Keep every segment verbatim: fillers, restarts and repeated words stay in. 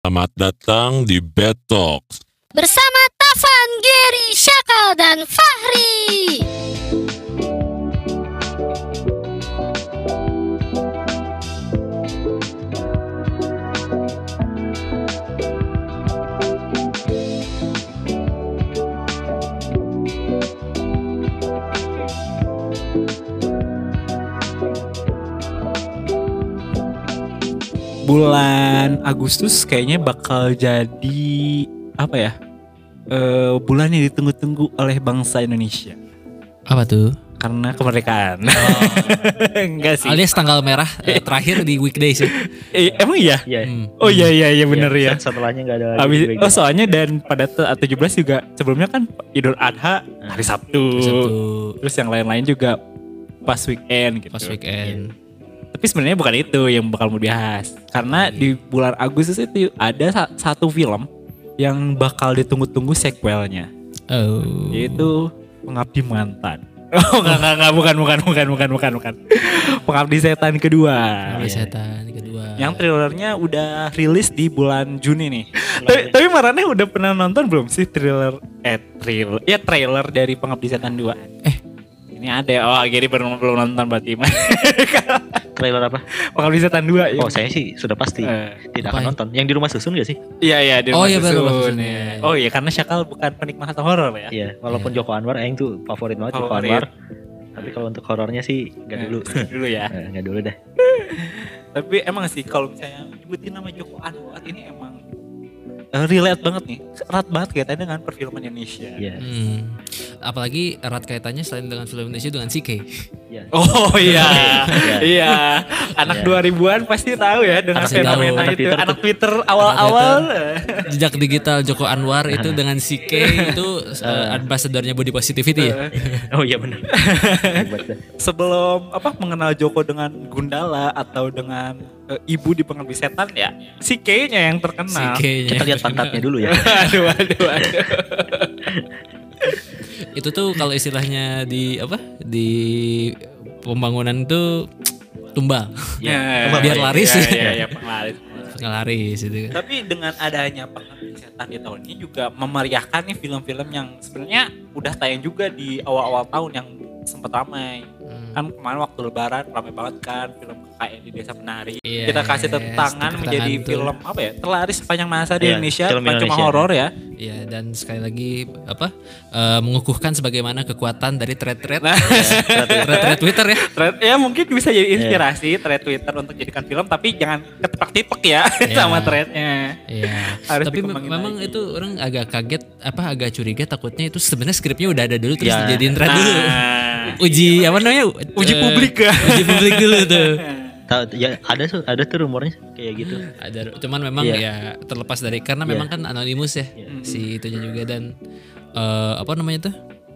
Selamat datang di Bed Talks bersama Tavan, Gary, Syakal, dan Fahri. Bulan Agustus kayaknya bakal jadi apa ya? Uh, bulan yang ditunggu-tunggu oleh bangsa Indonesia. Apa tuh? Karena kemerdekaan. Oh. Enggak sih. Alias tanggal merah eh, terakhir di weekdays ya. Eh, emang iya? Iya. Hmm. Oh iya iya iya benar ya. Setelahnya enggak ada Habis, lagi. oh soalnya dan pada tujuh belas juga sebelumnya kan Idul Adha hari Sabtu. Sabtu. Terus yang lain-lain juga pas weekend gitu. Pas weekend. Tapi sebenarnya bukan itu yang bakal mau dibahas. Karena di bulan Agustus itu ada sa- satu film yang bakal ditunggu-tunggu sequelnya. Oh. Yaitu Pengabdi Mantan. Oh enggak, enggak, enggak, bukan, bukan, bukan, bukan, bukan, bukan. Pengabdi Setan kedua. Pengabdi Setan kedua. Yang trailernya udah rilis di bulan Juni nih. Tapi, tapi Marane udah pernah nonton belum sih trailer? Eh trailer, ya trailer dari Pengabdi Setan dua. Eh, ini ada. Oh, Gary belum belum nonton berarti. Trailer apa? Pengabdi Setan dua. Oh, saya sih sudah pasti Eh, tidak apa akan ya? nonton. Yang di rumah susun gak sih? Iya iya di Oh, Rumah iya, benar, Susun, Rumah Susun, ya. iya. Oh iya karena Syakal bukan penikmat horor ya. Iya, walaupun Iya. Joko Anwar aing tuh favorit banget Joko Favorit. Anwar. Tapi kalau untuk horornya sih enggak dulu. Eh, dulu ya. Eh, Enggak dulu dah. Tapi emang sih kalau misalnya nyebutin nama Joko Anwar ini emang eh, relate banget nih. Erat banget kaitannya dengan perfilman Indonesia. Iya. Hmm. Apalagi erat kaitannya selain dengan film Indonesia dengan C K. Iya. Oh iya. Iya. Iya. Anak Iya. dua ribuan pasti tahu ya dengan Pasti fenomena tahu. itu. Anak Anak Twitter awal-awal. Jejak digital Joko Anwar itu dengan C K itu uh, ambassadornya body positivity ya. Oh iya benar. Hebat dah. Sebelum apa mengenal Joko dengan Gundala atau dengan eh, ibu di Pengabdi Setan ya, si K-nya yang C terkenal. K-nya. Kita lihat pantatnya dulu ya. aduh, aduh, aduh. Itu tuh kalau istilahnya di apa? Di pembangunan tuh tumbal. Ya, Biar ya, laris. Ya, ya, ya, penglaris. Nggak laris itu kan. Tapi dengan adanya Pengabdi Setan di tahun ini juga memeriahkan nih film-film yang sebenarnya udah tayang juga di awal-awal tahun yang sempat ramai. Hmm. Kan kemarin waktu Lebaran ramai banget kan film K K N di Desa Penari. Yes, Kita kasih tepuk tangan tepuk menjadi tangan tuh. film apa ya? Terlaris sepanjang masa di Iya, Indonesia, film bukan cuma Indonesia. horor ya. Iya, dan sekali lagi apa? eh, mengukuhkan sebagaimana kekuatan dari thread-thread. Nah, Thread-thread Twitter ya. thread ya mungkin bisa jadi inspirasi thread Twitter untuk jadikan film tapi jangan ketipak-tipek ya Iya. sama threadnya. Iya. Harus Tapi me- dikembangin memang lagi. itu orang agak kaget apa agak curiga takutnya itu sebenarnya skripnya udah ada dulu terus Ya. dijadiin thread dulu. Nah, Uji apa namanya? Uji Eh, publik ya. Uji publik dulu tuh. Tahu ya ada tuh ada tuh rumornya kayak gitu. Ada cuman memang Iya. ya terlepas dari karena Iya. memang kan anonimus ya Iya. si itunya juga dan eh, apa namanya tuh?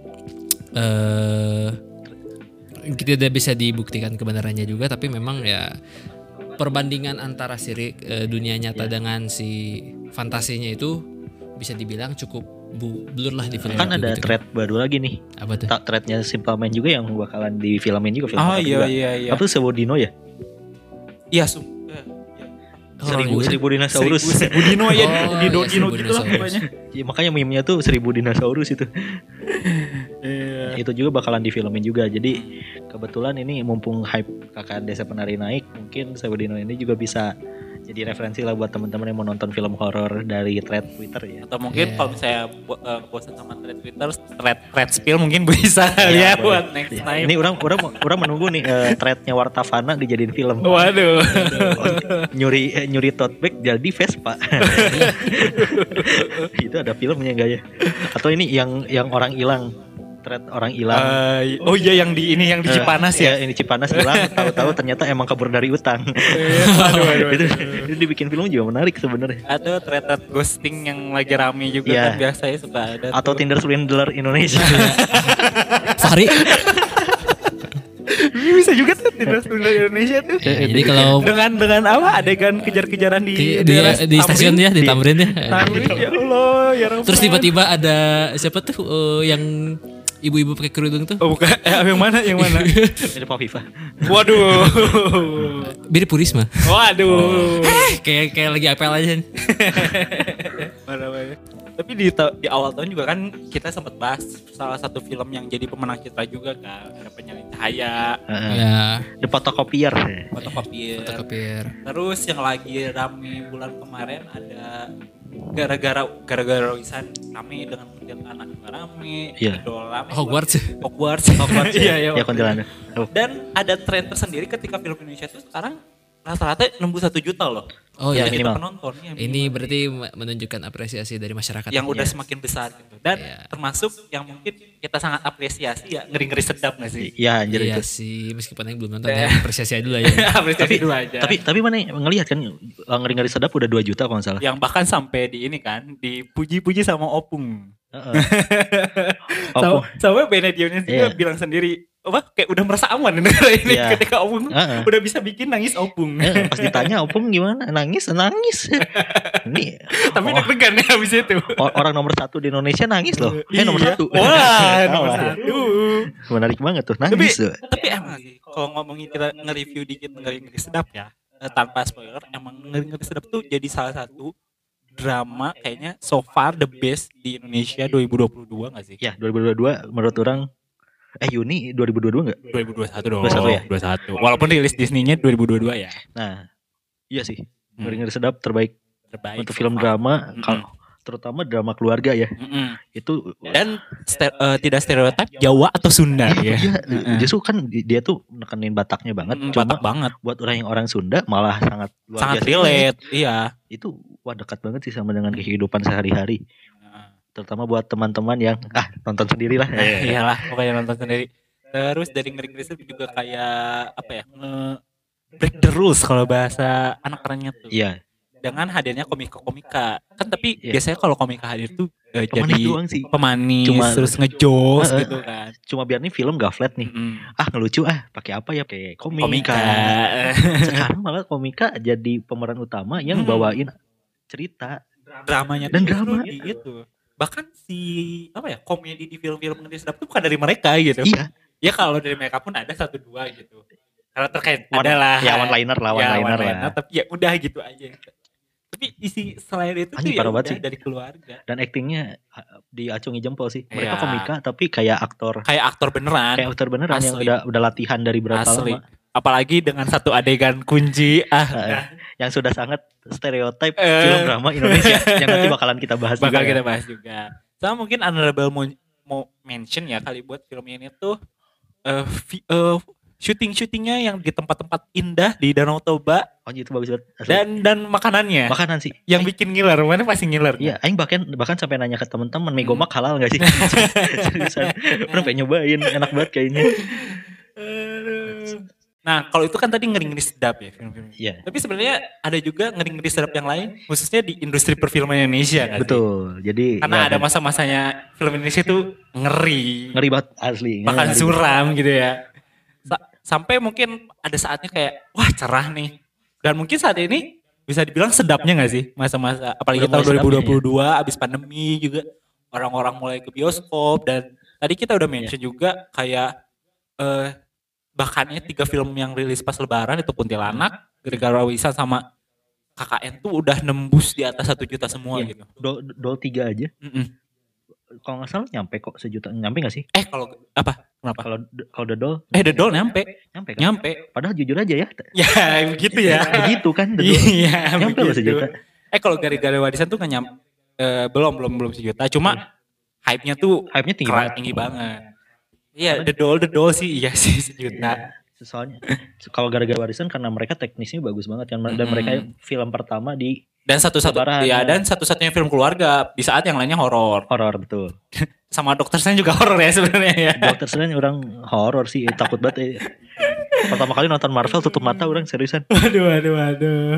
Eh tidak bisa dibuktikan kebenarannya juga tapi memang ya perbandingan antara si eh, dunia nyata dengan si fantasinya itu bisa dibilang cukup bu, blur lah di film Kan itu ada gitu. thread baru lagi nih. Apa tuh? Tak threadnya Simple Man juga yang bakalan difilmin juga film Oh horor iya juga. iya iya. Apa tuh Sewodino ya? Iya, sum. Iya, iya. Seribu juga. seribu dinosaurus. Seribu, seribu dino ya, Oh, di iya, dino seribu gitu lah dinosaurus. pokoknya. Ya, makanya meme-nya tuh seribu dinosaurus itu. Iya. Itu juga bakalan difilmin juga. Jadi kebetulan ini mumpung hype K K N Desa Penari naik, mungkin Sewodino ini juga bisa jadi referensi lah buat teman-teman yang mau nonton film horor dari thread Twitter ya. Atau mungkin Iya. kalau misalnya bo- eh, bosan sama thread Twitter, thread thread spill mungkin bisa ya, Iya, boleh. buat next Ya, time. ini orang orang orang menunggu nih eh, threadnya Wartavana dijadiin film. Waduh. nyuri eh, nyuri tote bag jadi Vespa. Itu ada filmnya enggak ya? Atau ini yang yang orang hilang, thread orang hilang. Eh, oh iya yang di ini yang di Eh, Cipanas ya. Ini Cipanas hilang, tahu-tahu ternyata emang kabur dari utang. Aduh, aduh, itu, aduh. itu dibikin film juga menarik sebenarnya. Atau thread thread ghosting yang lagi rame juga Iya. kan biasanya suka ada. Atau tuh. Tinder Swindler Indonesia. Fahri. bisa juga tuh Tinder Swindler Indonesia tuh. Ya, jadi kalau dengan dengan apa adegan kejar-kejaran di di, di, daerah di stasiun ya, di Tamrin ya. Tamrin ya Allah ya Rahman. Terus tiba-tiba ada siapa tuh eh, yang ibu-ibu pakai kerudung tuh? Oh bukan, eh, yang mana yang mana? Ini Pak Viva. Waduh. Mirip Purisma. Waduh. kayak kayak lagi apel aja. Mana-mana. Tapi di ta- di awal tahun juga kan kita sempat bahas salah satu film yang jadi pemenang Citra juga kan, ada Penyalin Cahaya, Heeh. Ya, The Photocopier. Fotokopier. fotokopier. Terus yang lagi rame bulan kemarin ada gara-gara gara-gara Wisan rame dengan kuntilanak juga rame, Iya. Dol rame. Hogwarts. Hogwarts. Hogwarts Iya, iya. ya kuntilanak. Oh. Dan ada tren tersendiri ketika film Indonesia itu sekarang rata-rata nembus satu juta loh. Oh Ya, iya. minimal. Penonton ya, Ini berarti menunjukkan apresiasi dari masyarakat. yang udah Yes. semakin besar gitu. Dan Iya. termasuk yang mungkin kita sangat apresiasi ya, ngeri-ngeri sedap gak sih? Iya anjir Iya itu. sih, meskipun yang belum nonton ya apresiasi dulu ya. apresiasi dulu aja. Tapi tapi mana ngelihat kan uh, ngeri-ngeri sedap udah dua juta kalau nggak salah. yang bahkan sampai di ini kan dipuji-puji sama Opung. Heeh. Sama, Opung. sama Benedionnya juga Iya. bilang sendiri, apa kayak udah merasa aman di negara ini Iya. ketika Opung Heeh. udah bisa bikin nangis Opung. Eh, pas ditanya Opung gimana? Nangis, nangis. Ini Tapi oh, deg-degan ya habis itu. o- orang nomor satu di Indonesia nangis loh. Eh nomor Iya. satu. Wah, nomor Wah, satu. Menarik banget tuh, Tapi, nangis tuh. tapi emang sih kalau ngomongin kita nge-review dikit ngeri-ngeri sedap ya, eh, tanpa spoiler, emang ngeri-ngeri sedap tuh jadi salah satu drama kayaknya so far the best di Indonesia dua ribu dua puluh dua gak sih? Ya dua ribu dua puluh dua menurut orang eh Juni dua ribu dua puluh dua enggak? dua ribu dua puluh satu dong. dua puluh satu ya? dua puluh satu. Walaupun rilis Disney-nya dua ribu dua puluh dua ya. Nah, iya sih. Hmm. Ngeri-ngeri sedap terbaik Terbaik. untuk so film far. drama Mm-mm. kalau terutama drama keluarga ya. Mm-mm. Itu Dan ste- eh, tidak stereotip Jawa atau Sunda ya. Iya, Mm-mm. justru kan di- dia tuh nekenin Bataknya banget. Mm, Cuma Batak banget. buat orang yang orang Sunda malah sangat luar Sangat biasa. relate. Iya. Itu wah dekat banget sih sama dengan kehidupan sehari-hari. Terutama buat teman-teman yang ah nonton sendirilah. Eh, iyalah pokoknya nonton sendiri. Terus dari ngeri-ngeri sedap juga kayak apa ya, nge break the rules kalau bahasa anak kerennya tuh. Iya, Dengan hadirnya komika-komika kan, tapi Iya. biasanya kalau komika hadir tuh eh, pemanis jadi doang sih. pemanis Cuma- terus ngejokes Heeh. gitu kan. Cuma biar nih film gak flat nih. Mm-mm. Ah ngelucu ah pakai apa ya? Pakai komika. Komika. Sekarang malah komika jadi pemeran utama yang Hmm. bawain cerita. Dramanya Dan tuh justru drama. di itu. Bahkan si apa ya, komedi di film-film ngeri sedap tuh bukan dari mereka gitu. Iya. Ya kalau dari mereka pun ada satu dua gitu. Karena terkait One- ada lah. ya, one-liner lah, Ya, one-liner lah. one-liner, tapi ya udah gitu aja. Tapi isi selain itu tuh Anjing, ya parah banget udah sih. dari keluarga. Dan aktingnya ah, diacungi jempol sih. Mereka Iya. komika tapi kayak aktor. Kayak aktor beneran. Kayak aktor beneran yang Asli. udah udah latihan dari berapa Asli. lama. Apalagi dengan satu adegan kunci. Ah, Ah, yang sudah sangat stereotip Eh. film drama Indonesia yang nanti bakalan kita bahas bakal juga. kita ya. bahas juga. Sama mungkin honorable mau, mau mention ya kali buat film ini tuh eh vi- eh, syuting-syutingnya yang di tempat-tempat indah di Danau Toba Oh itu bagus banget. Asli. dan dan makanannya Makanan sih. yang bikin ngiler. Mana pasti ngiler. Iya, aing bahkan bahkan sampai nanya ke teman-teman, mie Hmm. gomak halal nggak sih? Seriusan, pernah pengen nyobain, enak banget kayaknya. Aduh. Nah, kalau itu kan tadi ngeri-ngeri sedap ya film-film. Iya, Tapi sebenarnya ada juga ngeri-ngeri sedap yang lain, khususnya di industri perfilman Indonesia kan. betul. Jadi Karena ya, ada masa-masanya film Indonesia itu ngeri, ngeri banget asli. bahkan ngeri. suram gitu ya. Sa- sampai mungkin ada saatnya kayak wah cerah nih. Dan mungkin saat ini bisa dibilang sedapnya gak sih masa-masa apalagi Udah mulai tahun dua ribu dua puluh dua sedapnya abis pandemi juga orang-orang mulai ke bioskop, dan tadi kita udah mention juga kayak eh bahkannya tiga film yang rilis pas lebaran itu Kuntilanak, Gara-gara Wisan sama K K N tuh udah nembus di atas satu juta semua Iya. gitu. Dol, dol tiga aja. Mm-mm. Kalau nggak salah nyampe kok sejuta. Nyampe nggak sih? Eh kalau apa? Kenapa? Kalau kalau The Doll Eh The Doll nyampe, nyampe kan? nyampe. Padahal jujur aja ya. Ya begitu ya. Begitu kan The Doll. Iya, Nyampe loh begitu. sejuta. Eh kalau Gara-gara Warisan tuh nggak nyam, eh, belum belum belum sejuta. Cuma hype-nya tuh Hype-nya tinggi keren, banget. tinggi banget. Iya, The Doll, The Doll sih iya sih sejuta. Soalnya kalau gara-gara warisan karena mereka teknisnya bagus banget kan, dan Mm-mm. mereka film pertama di Dan satu-satu Lebaran, ya, ya. dan satu-satunya film keluarga di saat yang lainnya horor. horor betul. Sama Dokter Strange juga horor ya sebenarnya ya. Dokter Strange orang horor sih, takut banget. eh. Pertama kali nonton Marvel tutup mata orang seriusan. Waduh, waduh, waduh.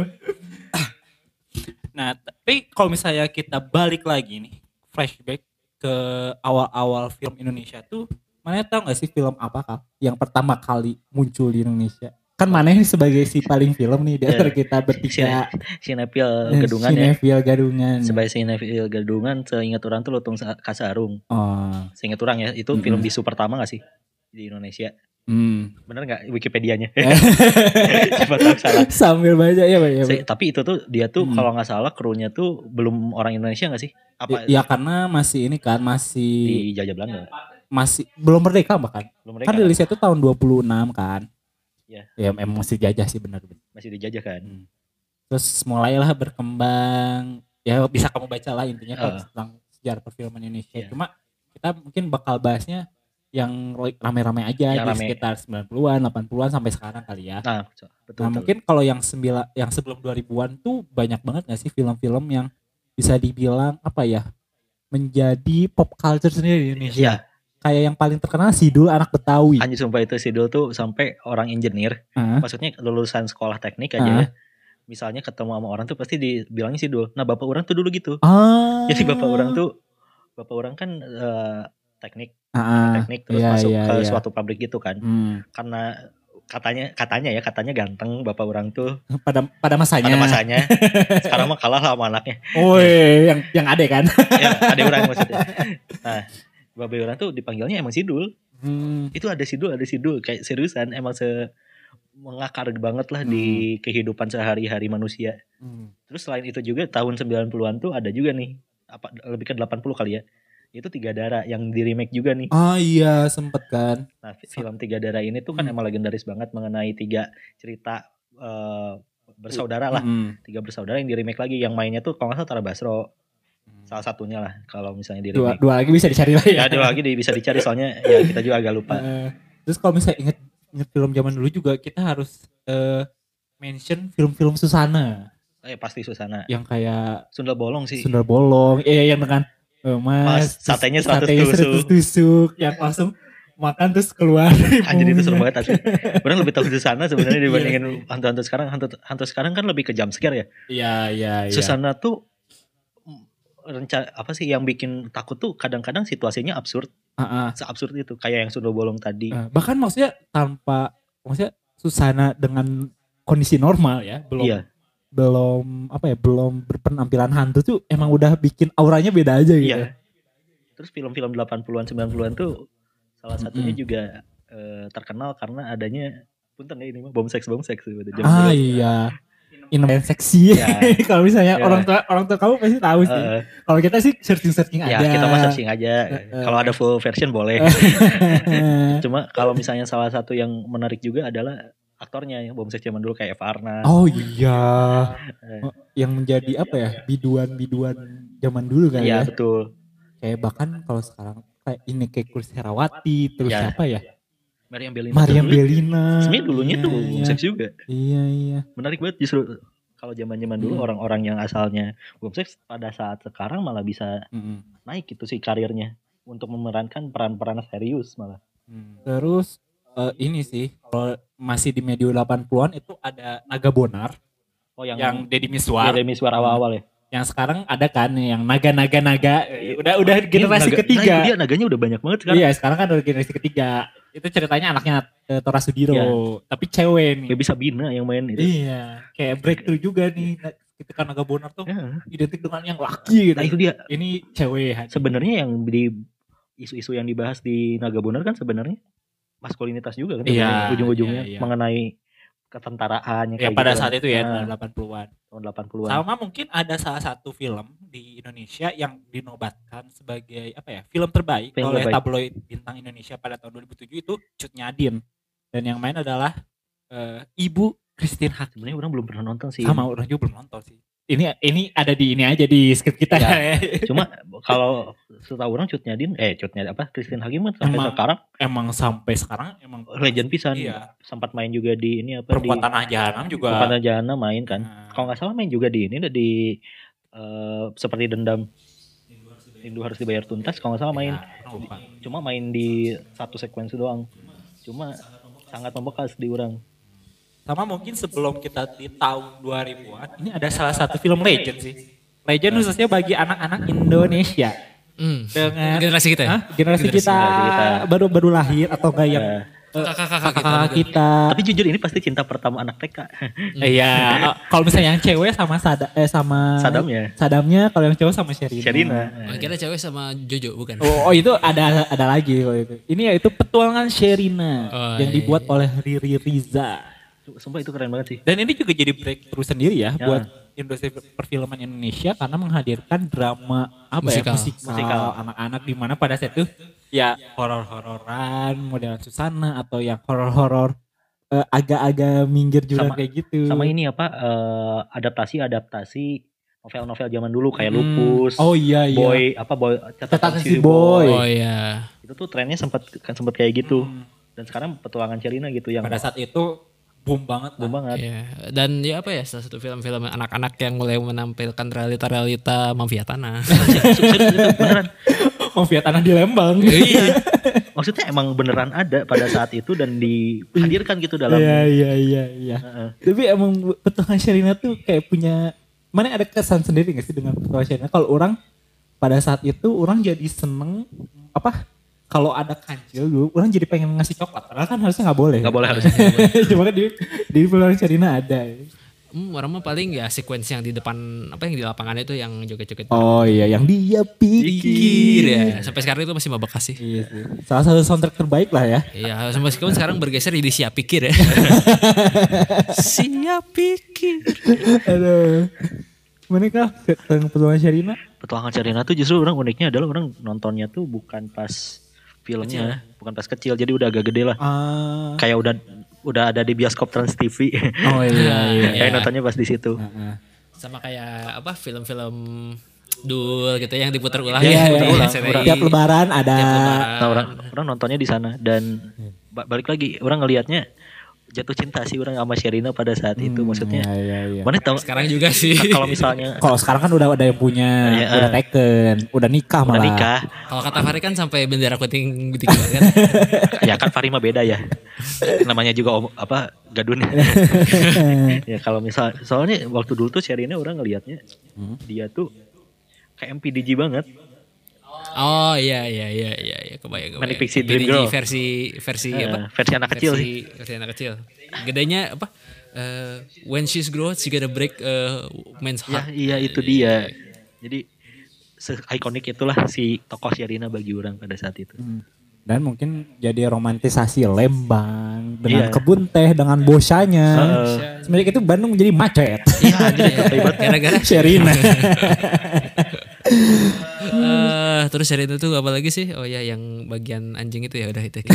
Nah, tapi kalau misalnya kita balik lagi nih, flashback ke awal-awal film Indonesia tuh, mana tahu gak sih film apa Kak yang pertama kali muncul di Indonesia? Kan mana ini sebagai si paling film nih di antara kita bertiga. Sinepil Gedungan ya. Sinefil Gadungan. Sebagai Sinepil Gedungan, seingat orang tuh Lutung Sa- Kasarung. Oh, Seingat orang ya, itu Mm-mm. film bisu pertama gak sih di Indonesia? Hmm. Bener nggak Wikipedianya? Siapa tahu salah. Sambil baca ya, Pak. Ya, Se- tapi itu tuh dia tuh Hmm. kalau nggak salah krunya tuh belum orang Indonesia nggak sih? Apa Ya karena masih ini kan masih dijajah Belanda? masih belum merdeka bahkan. Belum mereka Kan rilisnya itu tahun dua puluh enam kan. Iya. Ya emang masih jajah sih benar. masih dijajah kan? Hmm. Terus mulailah berkembang. Ya bisa kamu baca lah intinya kan Uh. tentang sejarah perfilman Indonesia. Iya. Cuma kita mungkin bakal bahasnya yang rame-rame aja Yang di rame. sekitar sembilan puluhan, delapan puluhan sampai sekarang kali ya. Nah, betul. Nah betul. mungkin kalau yang sembilan, yang sebelum dua ribuan tuh banyak banget gak sih film-film yang bisa dibilang apa ya menjadi pop culture sendiri di Indonesia. Iya. Kayak yang paling terkenal Sidul Anak Betawi. Anjir sumpah itu Sidul tuh sampai orang engineer, Hah? maksudnya lulusan sekolah teknik aja Ah. ya. Misalnya ketemu sama orang tuh pasti dibilangnya Sidul. Nah bapak orang tuh dulu gitu. Ah. Jadi bapak orang tuh, bapak orang kan eh, teknik, Ah, ah. teknik terus Iya, masuk iya, ke iya. suatu pabrik gitu kan. Hmm. Karena katanya katanya ya katanya ganteng bapak orang tuh Pada pada masanya. pada masanya. Sekarang mah kalah lah sama anaknya. Woi, yang yang ada kan. Ya, ada orang maksudnya. Nah, bapak orang tuh dipanggilnya emang Sidul. Hmm. Itu ada Sidul, ada Sidul kayak seriusan emang se mengakar banget lah Hmm. di kehidupan sehari-hari manusia. Hmm. Terus selain itu juga tahun sembilan puluhan tuh ada juga nih apa lebih ke delapan puluh kali ya. Itu Tiga Darah yang di remake juga nih. Ah iya sempet kan. Nah, fi- film Tiga Darah ini tuh kan Hmm. emang legendaris banget mengenai tiga cerita eh, bersaudara lah. Hmm. Tiga bersaudara yang di remake lagi, yang mainnya tuh kalau nggak salah Tara Basro. Salah satunya lah kalau misalnya di Dua, remake. dua lagi bisa dicari lah ya. Ya, dua lagi di- bisa dicari soalnya ya kita juga agak lupa. Eh, terus kalau misalnya inget, inget film zaman dulu juga kita harus eh, mention film-film Susana Eh pasti Susana. yang kayak Sundel Bolong sih. Sundel Bolong, eh yang dengan eh, Mas, Mas, terus satenya seratus satenya tusuk. seratus tusuk yang langsung makan terus keluar. dari Anjir itu serem mulutnya. banget asli. Orang lebih tahu Susana sebenarnya Iya. dibandingin hantu-hantu sekarang. Hantu hantu sekarang kan lebih ke jump scare ya. Iya iya iya. Susana tuh rencana apa sih yang bikin takut tuh kadang-kadang situasinya absurd, Ah, ah. seabsurd itu kayak yang Sundel Bolong tadi. Eh, bahkan maksudnya tanpa maksudnya Susana dengan kondisi normal ya, belum Iya, belum apa ya, belum berpenampilan hantu tuh emang udah bikin auranya beda aja gitu. iya. Terus film-film delapan puluhan sembilan puluhan tuh salah satunya Mm-mm. juga eh, terkenal karena adanya punten ya ini mah bom seks bom seks gitu. Jam Ah dulu. iya. Inomen seksi. Ya. Kalau misalnya Ya. orang tua orang tua kamu pasti tahu sih. Eh, Kalau kita sih searching-searching ya aja. kita mah searching aja. Eh, eh. Kalau ada full version boleh. Cuma kalau misalnya salah satu yang menarik juga adalah aktornya yang bom seks zaman dulu kayak Eva Arnaz. Oh iya. Eh, Oh, yang menjadi apa ya? Biduan-biduan zaman dulu kan Iya ya. betul. Kayak bahkan kalau sekarang kayak ini kayak Kulis Herawati, terus Ya. siapa ya? Mariam Bellina. Mariam tuh dulu- Bellina. Sebenarnya dulunya Iya, tuh iya. bom seks juga. Iya iya. Menarik banget justru kalau zaman-zaman dulu Hmm. orang-orang yang asalnya bom seks pada saat sekarang malah bisa Mm-mm. naik gitu sih karirnya untuk memerankan peran-peran serius malah. Hmm. Terus eh, ini sih kalau masih di medio delapan puluhan itu ada Naga Bonar Oh yang, yang Deddy yang Miswar. Demi suara awal-awal ya. Yang sekarang ada kan yang naga-naga-naga. Eh, Udah udah generasi Ini naga- ketiga. Nah, dia naganya udah banyak banget sekarang. Iya, sekarang kan udah generasi ketiga. Itu ceritanya anaknya eh, Tora Sudiro, Iya. tapi cewek nih. Gak bisa Bina yang main itu. Iya, kayak breakthrough juga nih. Itu kan Naga Bonar tuh Ya. identik dengan yang laki gitu. Nah itu dia Ini cewek. sebenarnya yang di isu-isu yang dibahas di Naga Bonar kan sebenarnya maskulinitas juga kan Iya, sebenarnya ujung-ujungnya iya, iya. mengenai ketentaraan yang Ya kayak pada gitu saat kan. itu ya Nah, delapan puluhan. tahun delapan puluhan. Sama mungkin ada salah satu film di Indonesia yang dinobatkan sebagai apa ya, film terbaik Film oleh terbaik. tabloid Bintang Indonesia pada tahun dua ribu tujuh itu Cut Nyadin. Dan yang main adalah eh, Ibu Christine Hakim. Sebenarnya orang belum pernah nonton sih. Sama orang juga belum nonton sih. Ini ini ada di ini aja di skrip kita. Ya. Cuma kalau setahu orang Cut Nyadin, eh Cut Nyadin apa Christine Hakim kan sampai Emang sekarang Emang sampai sekarang emang legend pisan. Iya. Sempat main juga di ini apa Perempuan di Tanah Jahanam juga. Perempuan Jana main kan. Nah, Kalau nggak salah main juga di ini ada di eh, seperti dendam Rindu Harus Dibayar Tuntas kalau nggak salah main. ya, orang lupa. Cuma main di satu sekuensi doang. Cuma sangat membekas di orang. Sama mungkin sebelum kita di tahun dua ribuan, ini ada salah satu film legend sih. Legend khususnya bagi anak-anak Indonesia. Hmm. Dengan Generasi kita ya? Hah? generasi, Generasi kita, kita. baru baru lahir atau enggak yang Ya. Kakak-kakak kita. kakak kita. Tapi jujur ini pasti cinta pertama anak T K. Iya, eh, kalau misalnya yang cewek sama Sada, eh sama Sadamnya. Sadamnya, kalau yang cowok sama Sherina. Sherina. Oh, kira cewek sama Jojo bukan? Oh, oh, itu ada ada lagi kalau itu. Ini yaitu petualangan Sherina Oh, yang iya, dibuat iya. oleh Riri Riza. Sumpah itu keren banget sih. Dan ini juga jadi breakthrough sendiri ya, Ya. buat industri perfilman Indonesia karena menghadirkan drama apa Musikal. ya musikal, Musikal. anak-anak di mana pada saat itu ya horor-hororan modelan Susana atau yang horor-horor Eh, agak-agak minggir juga Sama- kayak gitu. Sama ini apa eh, adaptasi-adaptasi novel-novel zaman dulu kayak Hmm. Lupus, Oh iya iya. Boy, apa Boy, Catatan si Boy. Oh iya. Itu tuh trennya sempat kan sempat kayak gitu. Hmm. Dan sekarang petualangan Sherina gitu yang pada saat itu boom banget boom lah. banget. Iya. Dan ya apa ya salah satu film-film anak-anak yang mulai menampilkan realita-realita mafia tanah. Beneran. Mafia tanah di Lembang. Iya. Maksudnya emang beneran ada pada saat itu dan dihadirkan gitu dalam Iya iya iya iya. Heeh. Tapi emang petualangan Sherina tuh kayak punya mana ada kesan sendiri gak sih dengan petualangan Sherina? Kalau orang pada saat itu orang jadi seneng apa? Kalau ada kancil dulu, orang jadi pengen ngasih coklat. Padahal kan harusnya nggak boleh. Nggak boleh harusnya. Cuma kan di di petualangan Sherina ada. Hmm, orang mah paling ya sequence yang di depan apa yang di lapangan itu yang joget-joget. Oh iya, yang dia pikir. Pikir ya. Sampai sekarang itu masih mabak kasih. Iya sih. Salah satu soundtrack terbaik lah ya. Iya, sampai sekarang sekarang bergeser jadi siap pikir ya. Siap pikir. Aduh. Mana kah tentang petualangan Sherina? Petualangan Sherina tuh justru orang uniknya adalah orang nontonnya tuh bukan pas filmnya, bukan pas kecil, jadi udah agak gede lah. Ah. Kayak udah udah ada di bioskop Trans T V. Oh iya iya. Kayak nontonnya pas di situ. Heeh. Sama kayak apa film-film Dul gitu yang diputar ulang Iya, ya. iya, di iya. S R I. Tiap lebaran ada. Tiap lebaran. Nah, orang orang nontonnya di sana dan ba- balik lagi orang ngelihatnya jatuh cinta sih orang sama Sherina pada saat itu maksudnya. Iya iya iya. Mana tahu Sekarang juga sih. kalau misalnya Kalau sekarang kan udah ada yang punya, Iya, udah eh. taken, udah nikah udah malah. nikah, Kalau kata Fahri kan sampai bendera kuning gitu kan. ya kan Fahri mah beda ya. Namanya juga om, apa gadun. Ya kalau misal soalnya waktu dulu tuh Sherina orang ngelihatnya dia tuh kayak M P D G banget. Oh iya iya iya iya iya kebayang kebayang. Manic Pixie B D G Dream Girl. versi versi Eh, apa? versi anak kecil versi, sih. Versi anak kecil. Gedenya apa? Eh, when she's grown she gonna break uh, man's Ya, heart. iya itu dia. Jadi se-ikonik itulah si tokoh Sherina bagi orang pada saat itu. Dan mungkin jadi romantisasi Lembang dengan Iya. kebun teh dengan bosanya. Heeh. Semenjak itu Bandung jadi macet. Iya, jadi ribet. Gara-gara Sherina. Eh, terus Sherina tuh apa lagi sih? Oh ya yang bagian anjing itu ya udah itu.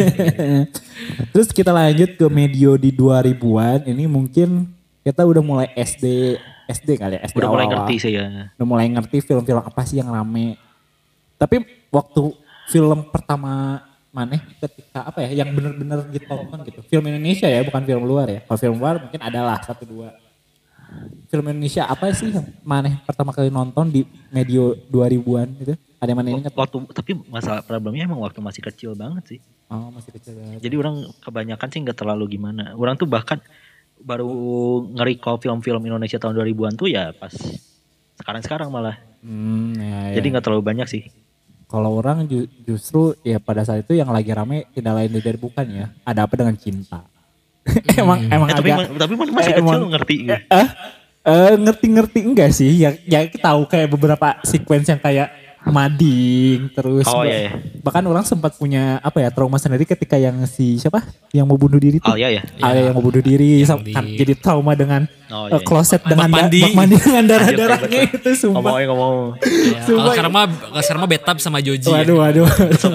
Terus kita lanjut ke medio di dua ribuan. Ini mungkin kita udah mulai S D S D kali ya. S D Udah mulai awal-awal. ngerti sih ya. Udah mulai ngerti film-film apa sih yang rame. Tapi waktu film pertama mana ketika apa ya yang bener-bener ditonton gitu. Film Indonesia ya bukan film luar ya. Kalau film luar mungkin adalah satu dua. Film Indonesia apa sih yang mana pertama kali nonton di medio dua ribuan gitu? Ada yang mana ingat? Waktu tapi masalah problemnya emang waktu masih kecil banget sih. Oh masih kecil banget. Jadi orang kebanyakan sih nggak terlalu gimana. Orang tuh bahkan baru nge-recall film-film Indonesia tahun dua ribuan tuh ya pas sekarang-sekarang malah. Hmm, ya, ya. Jadi nggak terlalu banyak sih. Kalau orang ju- justru ya pada saat itu yang lagi rame tidak lain dari bukan ya. Ada apa dengan cinta? emang emang Eh, tapi, agak ma- tapi ma- masih eh, kecil emang- ngerti gitu. eh, eh, ngerti-ngerti enggak sih? Ya, ya kita tahu kayak beberapa sequence yang kayak mading terus Oh, bah- iya, iya. bahkan orang sempat punya apa ya trauma sendiri ketika yang si siapa yang mau bunuh diri tuh Oh iya ya. ada yang mau bunuh diri Yang sam- di- kan jadi trauma dengan Oh, eh, iya. kloset dengan Bak da- mandi. bak mandi dengan darah-darahnya Anjir, ribet itu sumpah. Ngomongnya ngomong. Ya, kalau sekarang mah kalau sekarang mah Betab sama Joji. Waduh Ya. waduh.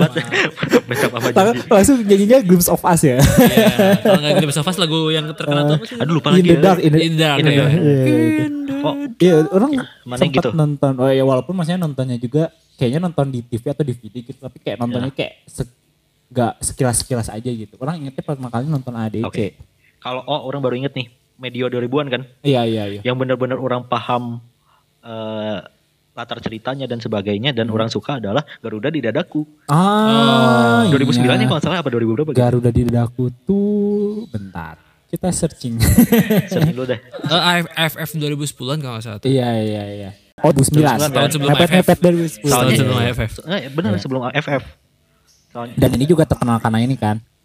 Backup apa Lang- jadi. langsung nyanyinya Glimpse of Us ya. Iya, kalau nggak Glimpse of Us lagu yang terkenal tuh apa sih? Aduh lupa In lagi the ya. dark, in the, In the Dark, In the ya. Dark. Iya, iya, iya. Oh, Iya, orang Mana sempat gitu? nonton. Oh ya walaupun maksudnya nontonnya juga kayaknya nonton di T V atau D V D gitu, tapi kayak nontonnya Ya. kayak se- gak sekilas-sekilas aja gitu. Orang ingetnya pertama kali nonton A D C. Oke. Kalau oh orang baru inget nih, medio dua ribuan kan, Iya iya iya. yang benar-benar orang paham eh, latar ceritanya dan sebagainya dan orang suka adalah Garuda di Dadaku. Ah, dua ribu sembilan iya. nih kalau nggak salah apa dua ribu berapa gitu? Garuda di dadaku tuh bentar. Kita searching. Searching dulu deh. Eh, A F F dua ribu sepuluhan kalau nggak salah tuh. Iya iya iya. Oh dua ribu sembilan. Tahun sebelum Mepet-mepet dua ribu sepuluh. Tahun Tahunnya- sebelum A F F. Eh, benar sebelum A F F. Soalnya Dan ini juga terkenal karena ini kan.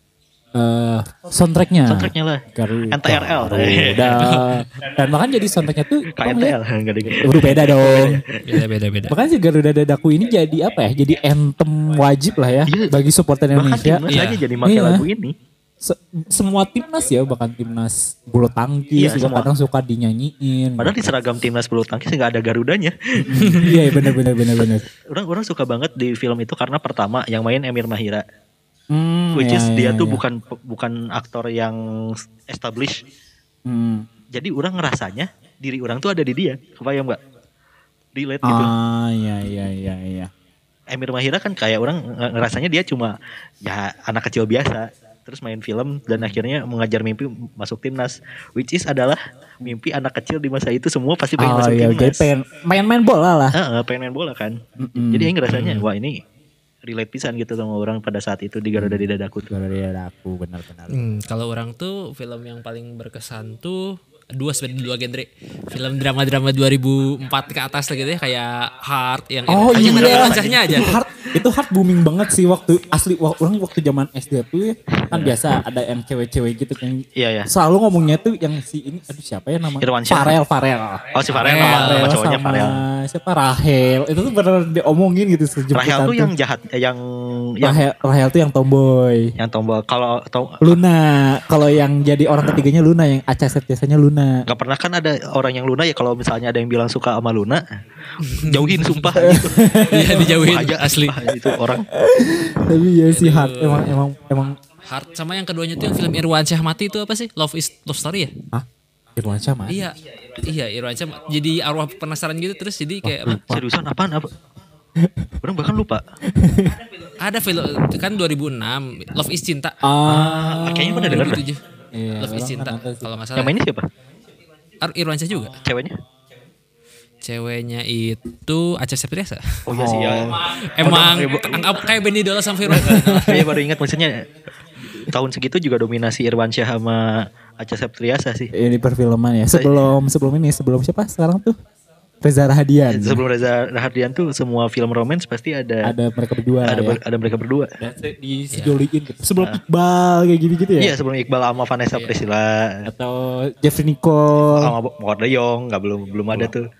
eh soundtracknya. Soundtracknya lah. Garuda. N T R L. Garuda. Dan bahkan jadi soundtracknya tuh K N T L enggak ada. udah beda dong. Beda beda beda. Bahkan si Garuda Dadaku ini jadi apa ya? Jadi anthem wajib lah ya Iya. bagi supporter Bahkan Indonesia. timnas Iya. aja jadi make Iya. lagu ini. Se- semua timnas ya, bahkan timnas bulu tangkis Iya, juga semua. kadang suka dinyanyiin. Padahal di seragam timnas bulu tangkis nggak ada Garudanya. Iya benar benar benar benar. Orang orang suka banget di film itu karena pertama yang main Emir Mahira, Hmm, which iya, is iya, dia tuh iya. bukan bukan aktor yang established. Hmm. Jadi orang ngerasanya diri orang tuh ada di dia, kebayang nggak? Relate gitu. Ah iya iya iya iya. Emir Mahira kan kayak orang nge- ngerasanya dia cuma ya anak kecil biasa, terus main film dan akhirnya mengajar mimpi masuk timnas, which is adalah mimpi anak kecil di masa itu semua pasti pengen Oh masuk iya, jadi timnas. pengen main-main bola lah. Heeh, pengen main bola kan. Mm-mm. Jadi yang ngerasanya wah ini relate pisan gitu sama orang pada saat itu di Garuda di dadaku tuh. Garuda Dadaku benar-benar. Hmm, kalau orang tuh film yang paling berkesan tuh dua sebenarnya dua genre film drama-drama dua ribu empat ke atas lah gitu ya kayak Heart yang Oh yang iya, ada wajahnya aja. Itu hard, itu hard booming banget sih waktu asli wa- orang waktu zaman S D tuh ya, kan biasa ada yang cewek-cewek gitu yang Iya ya. selalu ngomongnya tuh yang si ini aduh siapa ya nama Irwansyah. Farel Farel. Oh si Farel nama, nama cowoknya sama Farel. siapa Rahel itu tuh bener diomongin gitu sejumputan Rahel tuh yang jahat, eh, yang yang Rahel, Rahel tuh yang tomboy. yang tombol. Kalau to, Luna, kalau yang jadi orang ketiganya Luna, yang Aca Septiasanya Luna. nggak pernah kan ada orang yang Luna ya kalau misalnya ada yang bilang suka sama Luna, jauhin sumpah gitu. Iya dijauhin Bahaya, asli. sumpah, itu orang. Tapi ya si Hart emang emang emang Heart sama yang keduanya tuh yang film Irwansyah mati itu apa sih? Love is Love Story ya? ah Irwansyah mah. Iya. Iya Irwansyah ma- jadi arwah penasaran gitu terus jadi kayak apa? Seriusan apaan apa? Orang bahkan lupa. Ada film kan dua ribu enam Love is Cinta. Ah, Kayaknya pernah denger dah. dua ribu tujuh. Iya, Love is orang Cinta kan nonton sih. kalau nggak Yang salah. mainnya siapa? Ar- Irwansyah juga. Ceweknya? Ceweknya itu Acha Septriasa. Oh iya sih ya. Emang Orang- anggap kayak Benny Dola sama Firman. Saya baru ingat maksudnya tahun segitu juga dominasi Irwansyah sama Acha Septriasa sih. Ini perfilman ya. Sebelum sebelum ini sebelum siapa sekarang tuh? Reza Rahadian. Sebelum Reza Rahardian tuh semua film romance pasti ada Ada mereka berdua ada, ya. ber- ada mereka berdua. Dan se- disejoliin gitu. Sebelum Iqbal kayak gitu-gitu ya. Iya sebelum Iqbal sama Vanessa Priscilla Atau Jeffrey Nicole. sama Mawar De Jong nggak belum belum ada tuh.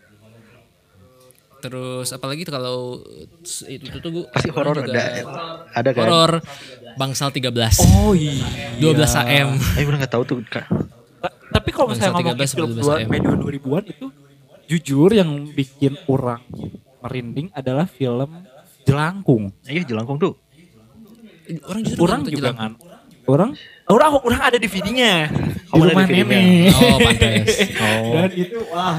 Terus apalagi tuh kalau itu tuh, tuh gua Pasti horor juga ada ada kan. horor Bangsal tiga belas. Oh iya. dua belas A M. Ayo udah nggak tahu tuh Kak. Ta- Tapi kalau misalnya Bangsal ngomongin tiga belas film sebelum dua, S M. medio dua ribuan itu jujur yang bikin orang merinding adalah film Jelangkung. Iya Jelangkung tuh. Orang justru Orang nonton juga Jelang. kan. Orang orang orang ada D V D-nya. Di Oh, ada rumah D V D-nya. nenek. Oh, pantes. Oh. Dan itu wah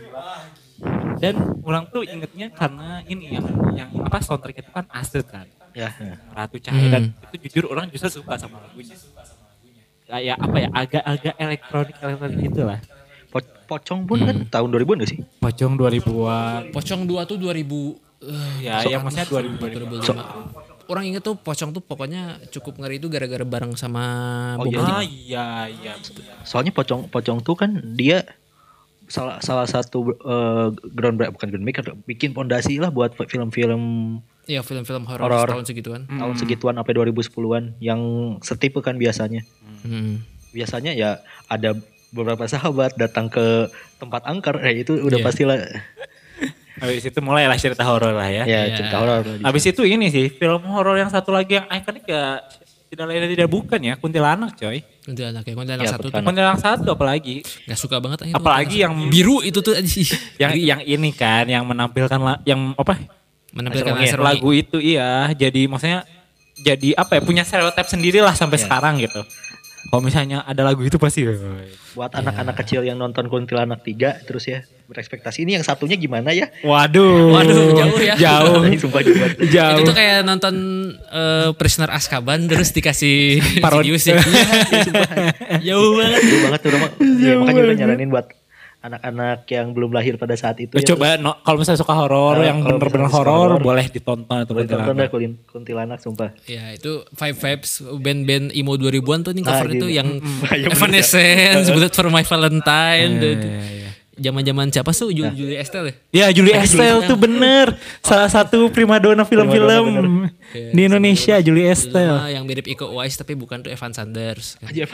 dan orang tuh ingetnya karena ini yang yang apa soundtrack itu kan Ased kan, Ya. Ratu Cahaya dan Hmm. itu jujur orang justru suka sama lagunya. Kayak apa ya agak-agak elektronik elektronik gitulah. Po- Pocong pun kan tahun dua ribuan gak sih? Pocong dua ribuan. Pocong dua tuh dua ribu eh, Ya, ya maksudnya dua ribu. dua ribu lima. Orang inget tuh Pocong tuh pokoknya cukup ngeri itu gara-gara bareng sama Oh, Bob iya. Marley. Ah iya iya. Soalnya Pocong Pocong tuh kan dia salah salah satu uh, ground break bukan groundbreaker bikin pondasi lah buat film-film Iya film-film horor Horor. tahun segituan. tahun segituan sampai dua ribu sepuluhan yang setipe kan biasanya. Hmm. Biasanya ya ada beberapa sahabat datang ke tempat angker, eh itu udah Iya. pastilah Habis itu mulailah cerita horor lah ya. ya Iya. cerita horor. Habis itu ini sih film horor yang satu lagi yang ikonik ya tidak lain dan tidak bukan ya Kuntilanak coy. Kuntilanak ya, Kuntilanak Iya, satu tuh Kuntilanak. Kuntilanak satu apalagi gak suka banget aja. apalagi yang biru itu tuh anjing. yang yang ini kan yang menampilkan la- yang apa menampilkan Asromi ya? laser lagu itu iya jadi maksudnya jadi apa ya punya stereotip sendiri lah sampai Iya. sekarang gitu. Kalau misalnya ada lagu itu pasti Buat anak-anak kecil yang nonton Kuntilanak tiga terus ya berekspektasi ini yang satunya gimana ya? waduh Waduh, jauh ya. jauh Sumpah juga. jauh Itu tuh kayak nonton eh, Prisoner Azkaban terus dikasih Parodi. Insidious ya. Jauh banget. Jauh banget tuh Rama. Ya, makanya udah nyaranin buat anak-anak yang belum lahir pada saat itu Eh, ya, coba no, kalau misalnya suka horor Nah, yang kalau bener-bener misalnya suka horor horor, boleh ditonton itu terus tonton dah Kuntilanak. Kulin- Kuntilanak sumpah. Ya itu Five Vibes band-band emo dua ribuan tuh nih Ah, cover itu gitu. yang Mm-mm. Ayo, bener. Evanescence, Bullet for My Valentine. Iya, tuh. iya, iya. zaman-zaman siapa tuh Jul- Julie Estelle ya? Ya Julie Julie Estelle Estelle. tuh bener. Salah satu primadona film-film Primadona, di Indonesia, Julie Estelle. Sama yang mirip Iko Uwais tapi bukan tuh Evan Sanders. Aja.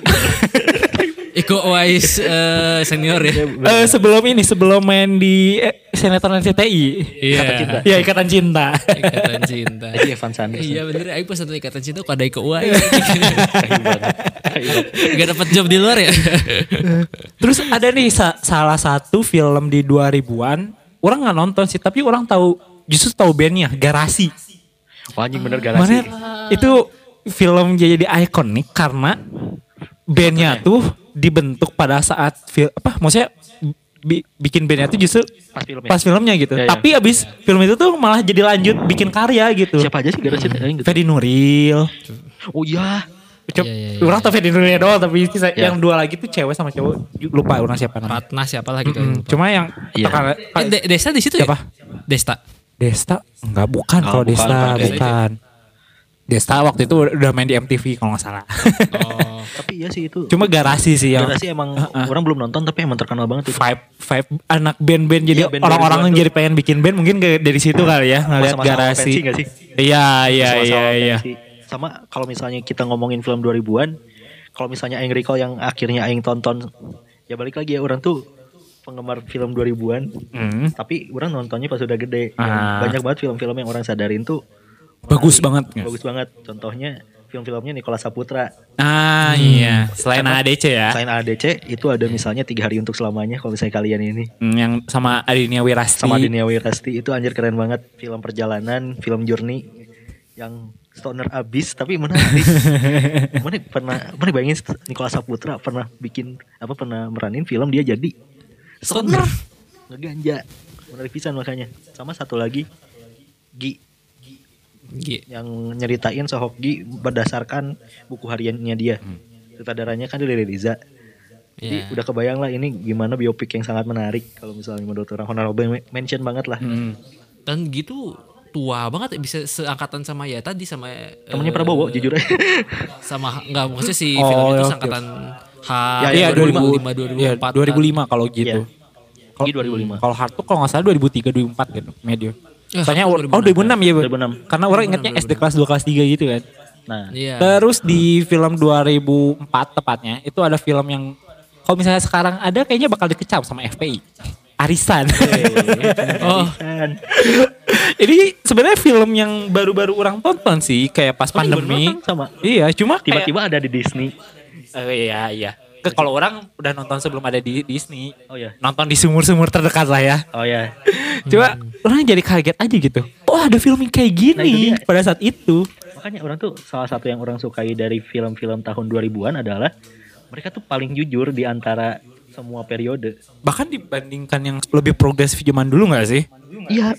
Iko Uwais eh, senior ya. Eh, sebelum ini, sebelum main di eh, sinetron R C T I. Iya. Iya, Ikatan Cinta. Ikatan Cinta. Aja Evan Sanders. Iya bener, aku pas nonton Ikatan Cinta kok ada Iko Uwais. Kayu banget. Kayu banget. Gak dapat job di luar ya. Terus ada nih sa- salah satu film di dua ribuan, orang nggak nonton sih, tapi orang tahu, justru tahu bandnya, Garasi. Wah anjing bener Mana Garasi. itu film jadi ikonik karena bandnya tuh dibentuk pada saat fil- apa maksudnya bi- bikin bandnya tuh justru Pas filmnya. pas filmnya gitu. Ya, ya. Tapi abis film itu tuh malah jadi lanjut bikin karya gitu. Siapa aja sih Garasi? Gitu. Ferdi Nuril. Oh iya. Cep, Iya, iya, iya. orang tau Ferdi Nuril doang, tapi sisa- Ya. yang dua lagi tuh cewek sama cowok, lupa orang siapa namanya. Ratna siapa lah gitu. Hmm, cuma yang Iya. terkenal- Eh, De- Desta di situ Siapa? ya? Desta. Desta enggak, bukan Oh, kalau bukan, Desta bukan Desta. bukan. Desta waktu itu udah main di M T V kalau nggak salah. Oh. Tapi iya sih itu. Cuma Garasi sih yang Garasi emang orang belum nonton tapi emang terkenal banget itu. vibe vibe anak band-band jadi Iya, band orang-orang dua yang ribuan jadi pengen bikin band mungkin ke- dari situ kali ya ngeliat Masa-masa Garasi. pensi nggak sih? Iya iya Sama-sama iya iya. pensi. Sama kalau misalnya kita ngomongin film dua ribuan, kalau misalnya Aing recall yang akhirnya Aing tonton, ya balik lagi ya orang tuh penggemar film dua ribuan, Hmm, tapi orang nontonnya pas udah gede. Yang Ah. banyak banget film-film yang orang sadarin tuh bagus banget. bagus banget. Contohnya film-filmnya Nicholas Saputra. Ah iya. Selain Karena A D C ya. Selain A D C itu ada misalnya Tiga Hari Untuk Selamanya kalau misalnya kalian ini. Hmm, yang sama Adinia Wirasti. Sama Dinia Wirasti itu anjir keren banget. Film perjalanan, film journey yang stoner abis tapi menarik. Mana pernah mana bayangin Nicholas Saputra pernah bikin apa pernah meranin film dia jadi stoner. Ngeganja. Menarik pisan makanya. Sama satu lagi Gi G. yang nyeritain Sohok Gi berdasarkan buku hariannya dia. Sutradaranya kan dari Riza. Jadi Iya. udah kebayang lah ini gimana biopik yang sangat menarik kalau misalnya menurut orang honorable mention banget lah. Hmm. Dan gitu tua banget bisa seangkatan sama ya tadi sama Temennya eh, Prabowo jujur aja. sama enggak maksudnya si Oh, film itu oke. seangkatan H Ya, Iya dua ribu dua ribu lima dua ribu Iya empat dua ribu lima kalau gitu. Iya. Gi dua ribu lima. Kalau Hard tuh kalau nggak salah dua ribu tiga dua ribu empat gitu medio. Eh, Soalnya Hard tuh oh dua ribu enam ya, Bu? dua ribu enam. Karena orang ingatnya S D kelas dua kelas tiga gitu kan. Nah, Iya. Terus di film dua ribu empat tepatnya itu ada film yang kalau misalnya sekarang ada kayaknya bakal dikecap sama F P I. Arisan. Oh, kan. Ini sebenarnya film yang baru-baru orang tonton sih kayak pas Oh, iya, baru pandemi. nonton sama. Iya, cuma kayak- Tiba-tiba ada di Disney. Eh, iya iya. Ke kalau orang udah nonton sebelum ada di Disney. Oh ya. Nonton di sumur-sumur terdekat lah ya. Oh ya. Coba orang jadi kaget aja gitu. Oh ada film yang kayak Nah, itu gini dia. pada saat itu. Makanya orang tuh salah satu yang orang sukai dari film-film tahun dua ribuan adalah mereka tuh paling jujur di antara semua periode. Bahkan dibandingkan yang lebih progresif zaman dulu gak sih? Iya.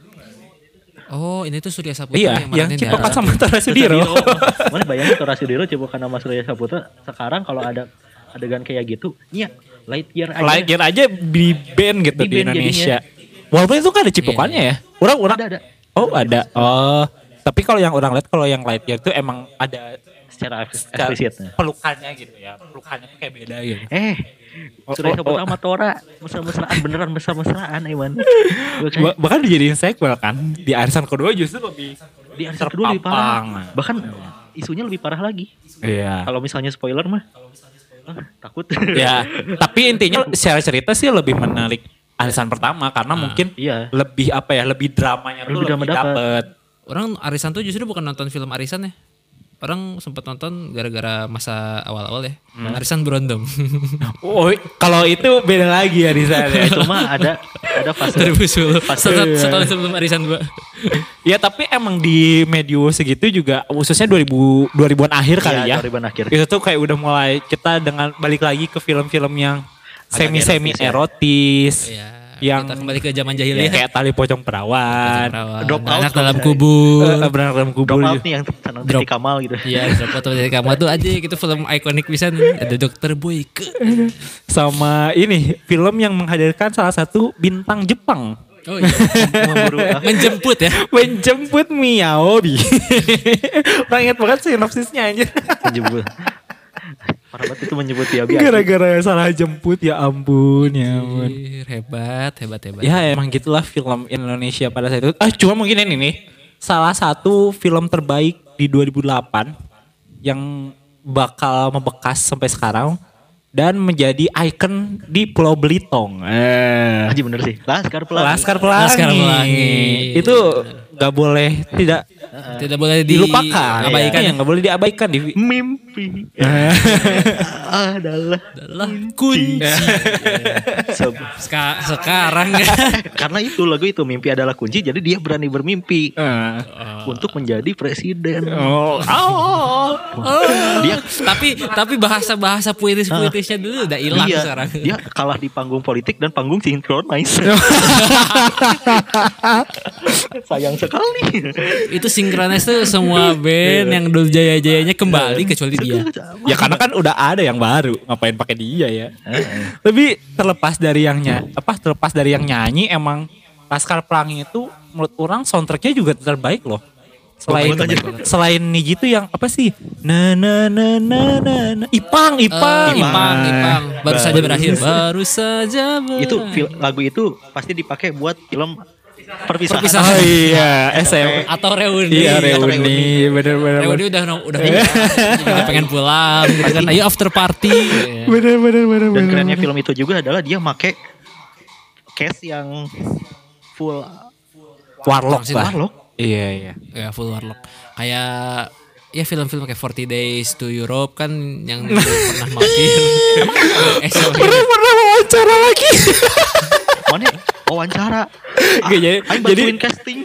oh ini tuh Surya Saputra Iya, yang yang meranin Cipokan ya. sama Tora Sudiro. Mana bayangin Tora Sudiro cipokan nama Surya Saputra. Sekarang kalau ada adegan kayak gitu, iya Lightyear aja. Lightyear aja di band gitu Di di, band Indonesia. Walaupun itu kan ada cipokannya ya. Orang orang Ada, ada. Oh ada. Oh tapi kalau yang orang lihat kalau yang Lightyear itu emang ada Secara secara eksplisit. pelukannya gitu ya. Pelukannya tuh kayak beda gitu. Eh, Oh, Surya oh, Saputra oh. sama Tora mesra-mesraan beneran mesra-mesraan Iwan. Ba- bahkan dijadiin sequel kan. Di arisan kedua justru lebih Di arisan kedua lebih parah. terpapang. Bahkan isunya lebih parah lagi. Iya. Kalau misalnya spoiler mah ah, takut. Ya, tapi intinya secara cerita sih lebih menarik arisan pertama karena mungkin Iya. lebih apa ya, lebih dramanya tuh Lebih lebih, drama dapet. dapet. Orang arisan tuh justru bukan nonton film arisan ya. Orang sempat nonton gara-gara masa awal-awal ya. Arisan Berondong. Oh, kalau itu beda lagi arisan ya. Itu mah ada ada fase dua ribu sepuluh. fase Setahun, setahun sebelum arisan gua. Ya tapi emang di medio segitu juga khususnya dua ribu dua ribuan akhir kali ya. Iya, dua ribuan akhir. Itu tuh kayak udah mulai kita dengan balik lagi ke film-film yang Agak semi-semi erotis ya. erotis. Ya, Yang- kita kembali ke zaman Ya, jahiliyah. kayak Tali Pocong Perawan. Perawan, Drop out anak kalau dalam misalnya. kubur. Eh, Benar dalam kubur. Drop out juga. nih yang senang Drop. Titi Kamal gitu. Iya, drop out dari kamu tuh aja gitu film ikonik pisan. Ada Dokter Boyke. Sama ini film yang menghadirkan salah satu bintang Jepang. Oh iya. Memburu ah. Menjemput ya. Menjemput Miyaobi. Orang ingat banget sinopsisnya aja. Menjemput. Parah banget itu menyebut Yabi. Gara-gara salah jemput ya ampun ya ampun. Ih, hebat, hebat, hebat. Ya emang gitulah film Indonesia pada saat itu. Ah cuma mungkin ini nih salah satu film terbaik di dua ribu delapan yang bakal membekas sampai sekarang dan menjadi ikon di Pulau Belitung. Eh. Aji bener sih. Laskar Pelangi. Laskar Pelangi. Laskar Pelangi. Itu nggak boleh tidak Tidak boleh dilupakan. diabaikan. Iya, nggak boleh diabaikan di Mimpi adalah Adalah kunci. Sob- Seka- sekarang Karena itu lagu itu mimpi adalah kunci, jadi dia berani bermimpi Eh. untuk menjadi presiden. Oh, oh. Dia tapi tapi bahasa-bahasa puitis-puitisnya dulu udah hilang iya, sekarang. dia kalah di panggung politik dan panggung sinkronize. Sayang sekali. Itu sinkronis tuh semua band yang dulu jaya-jayanya kembali kecuali dia. Ya karena kan udah ada yang baru, ngapain pakai dia ya. Tapi terlepas dari yang ny- apa terlepas dari yang nyanyi emang Laskar Pelangi itu menurut orang soundtracknya juga terbaik loh. Selain Terbaik banget. selain Niji itu yang apa sih? Na na na na na, na. Ipang, Ipang. Eh, Ipang, Ipang. Baru saja berakhir. Baru saja berakhir. Itu fil- lagu itu pasti dipakai buat film perpisahan. Perpisahan. Oh iya, S M. Atau reuni. Iya, Atau reuni, bener-bener. Reuni udah udah udah pengen pulang gitu kan. Ayo after party. Bener-bener, bener-bener. Dan kerennya film itu juga adalah dia make cast yang full Warlock Vaksin lah. Warlock. Iya, iya. Ya full warlock. Kayak ya film-film kayak forty Days to Europe kan yang dulu pernah mampir. eh sorry. Pernah pernah wawancara lagi. Mana wawancara. Ah, Gak, jadi- Aing jadi- bantuin casting.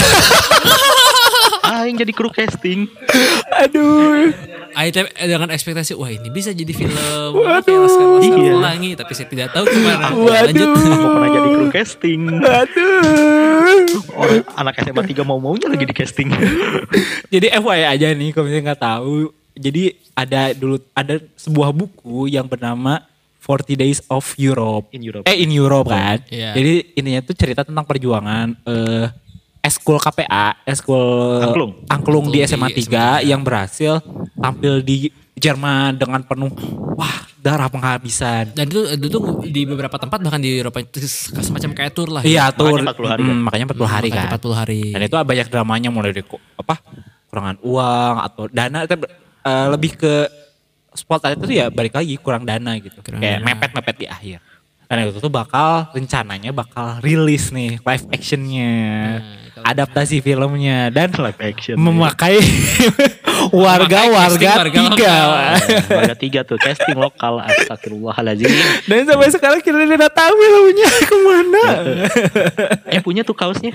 Aing jadi kru casting. Aduh. Ayo teh dengan ekspektasi wah ini bisa jadi film kayak Laskar Laskar Iya. Pelangi tapi saya tidak tahu kemana. Waduh. Lanjut. Aku pernah jadi kru casting. Aduh. Orang anak S M A tiga mau-maunya lagi di casting. Jadi F Y I aja nih kalau misalnya nggak tahu. Jadi ada dulu ada sebuah buku yang bernama forty Days of Europe. In Europe. Eh in Europe kan. Iya. Jadi intinya tuh cerita tentang perjuangan eh eskul K P A, eskul Angklung. Angklung di S M A Di tiga yang berhasil tampil di Jerman dengan penuh wah darah penghabisan. Dan itu, itu tuh di beberapa tempat bahkan di Eropa itu semacam kayak tour lah. Iya tur Makanya empat puluh hari kan? Mm, makanya empat puluh hari Makanya kan. empat puluh hari. Dan itu banyak dramanya mulai dari ko- apa kurangan uang atau dana itu eh, lebih ke spot itu tuh ya balik lagi kurang dana gitu. Kurang Kayak dana. mepet-mepet di akhir. Dan itu tuh bakal rencananya bakal rilis nih live actionnya, kalau- adaptasi filmnya dan Live action. memakai warga-warga casting warga tiga. Warga tiga tuh casting lokal. Astagfirullahaladzim. Dan sampai sekarang kita tidak tahu filmnya kemana. Eh punya tuh kaosnya.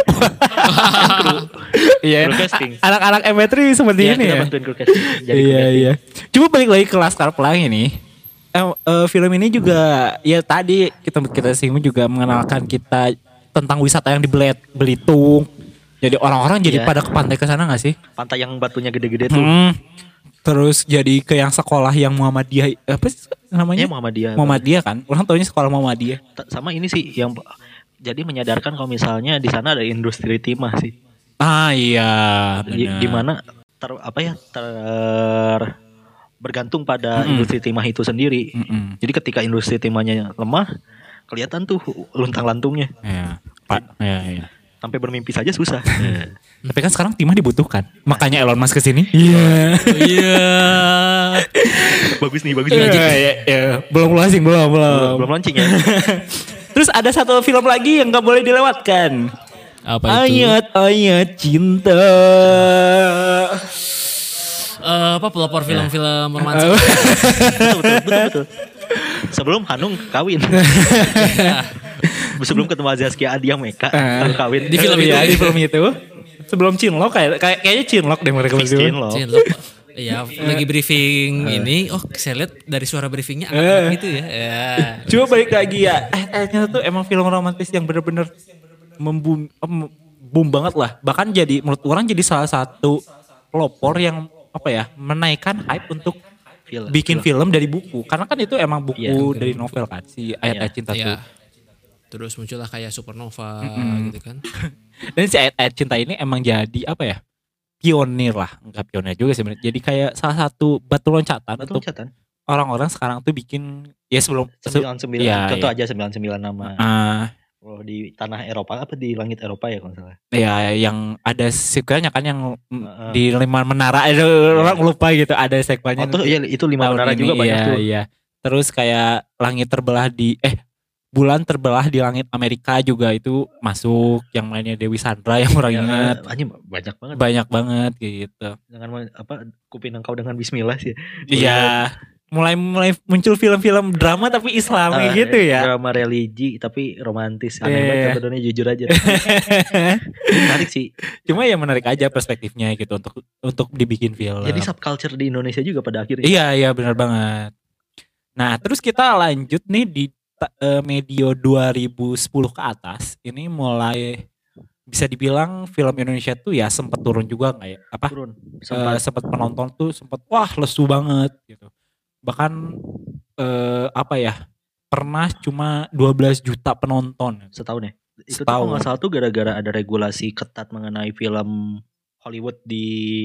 Iya, Kru casting. anak-anak M tiga seperti Iya ini kita ya. bantuin kru casting. Jadi kru Iya casting. iya. Cuma balik lagi ke Laskar Pelangi nih. Eh, eh, film ini juga ya tadi kita kita singgung juga mengenalkan kita tentang wisata yang di Belet- Belitung. Jadi orang-orang jadi Iya. pada ke pantai ke sana gak sih? Pantai yang batunya gede-gede tuh. Hmm. Terus jadi ke yang sekolah yang Muhammadiyah apa sih namanya? Ya Muhammadiyah. Muhammadiyah kan? Orang taunya sekolah Muhammadiyah. Ta- Sama ini sih yang jadi menyadarkan kalau misalnya di sana ada industri timah sih. Ah iya. Di, benar. di mana ter apa ya ter bergantung pada Mm-mm. industri timah itu sendiri. Mm-mm. Jadi ketika industri timahnya lemah, kelihatan tuh luntang-lantungnya. Iya. Pak, iya iya. Sampai bermimpi saja susah. Tapi kan sekarang timah dibutuhkan. Makanya Elon Musk kesini. Iya. Iya. Bagus nih, bagus Iya, nih. iya, iya. Belum closing, belum, belum. Belum launching ya. Terus ada satu film lagi yang gak boleh dilewatkan. Apa itu? Ayat-ayat cinta. Eh, apa pelopor film-film romansa? betul, betul, betul, betul. Sebelum Hanung kawin. Sebelum ketemu Azazkia Adia Meka Hanung kawin. Di film itu. Iya, di film itu. Sebelum Cinlok kayak kayak kayaknya Cinlok deh mereka Fix berdua. Cinlok. Cin, lupa. Iya, lagi briefing ini. Oh, saya lihat dari suara briefingnya anak-anak gitu ya. Ya. Coba balik lagi ya. Eh, ternyata tuh emang film romantis yang bener-bener membum em, boom banget lah. Bahkan jadi menurut orang jadi salah satu pelopor yang apa ya menaikkan hype untuk Film, bikin film dari buku. Karena kan itu emang buku Iya. dari novel kan si ayat-ayat cinta tuh. Iya. Terus muncullah kayak Supernova gitu kan. Dan si ayat-ayat cinta ini emang jadi apa ya? Pionir lah, enggak pionir juga sebenarnya. Jadi kayak salah satu batu loncatan Betul untuk catatan. orang-orang sekarang tuh bikin ya sebelum se- sembilan puluh sembilan Iya, contoh iya. aja sembilan puluh sembilan nama. ah, Kalau di tanah Eropa apa di langit Eropa ya kalau nggak salah. ya yang ada sequelnya kan yang mm, Heeh. di lima menara itu orang lupa gitu ada sequelnya. Oh tuh iya itu lima tahun menara ini, juga banyak iya, tuh. Iya. Terus kayak langit terbelah di eh bulan terbelah di langit Amerika juga itu masuk, yang mainnya Dewi Sandra yang orang Ya, ingat. anjing banyak banget. Banyak banget gitu. Dengan men- apa kupin engkau dengan Bismillah sih. Iya, mulai mulai muncul film-film drama tapi Islami Ah, gitu ya. Drama religi tapi romantis. Aneh Iya. banget sebenarnya jujur aja. Menarik sih. Cuma ya menarik aja perspektifnya gitu untuk untuk dibikin film. Jadi subculture di Indonesia juga pada akhirnya. Iya, iya benar banget. Nah, terus kita lanjut nih di ta- eh, medio dua ribu sepuluh ke atas. Ini mulai bisa dibilang film Indonesia tuh ya sempat turun juga nggak ya? Apa? Turun. Eh, Sempat sempat penonton tuh sempat wah lesu banget gitu. Bahkan eh, apa ya? Pernah cuma dua belas juta penonton. setahun ya. Itu tuh Setahun. kalau nggak salah tuh gara-gara ada regulasi ketat mengenai film Hollywood di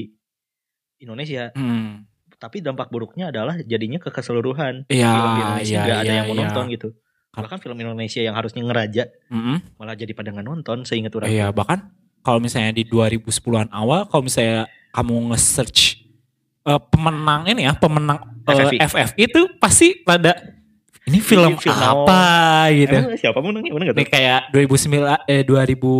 Indonesia. Hmm. Tapi dampak buruknya adalah jadinya ke keseluruhan Iya, film di Indonesia iya, nggak ada iya, yang mau iya. nonton gitu. Bahkan film Indonesia yang harusnya ngeraja Mm-mm. malah jadi pada nggak nonton seingat orang. Iya, bahkan kalau misalnya di dua ribu sepuluhan awal, kalau misalnya kamu nge-search eh, pemenang ini ya, pemenang eh, F F I. F F I itu pasti pada ini film, film apa gitu. Emang siapa menangnya? Bener nggak Ini tahu. kayak dua ribu sembilan eh dua ribu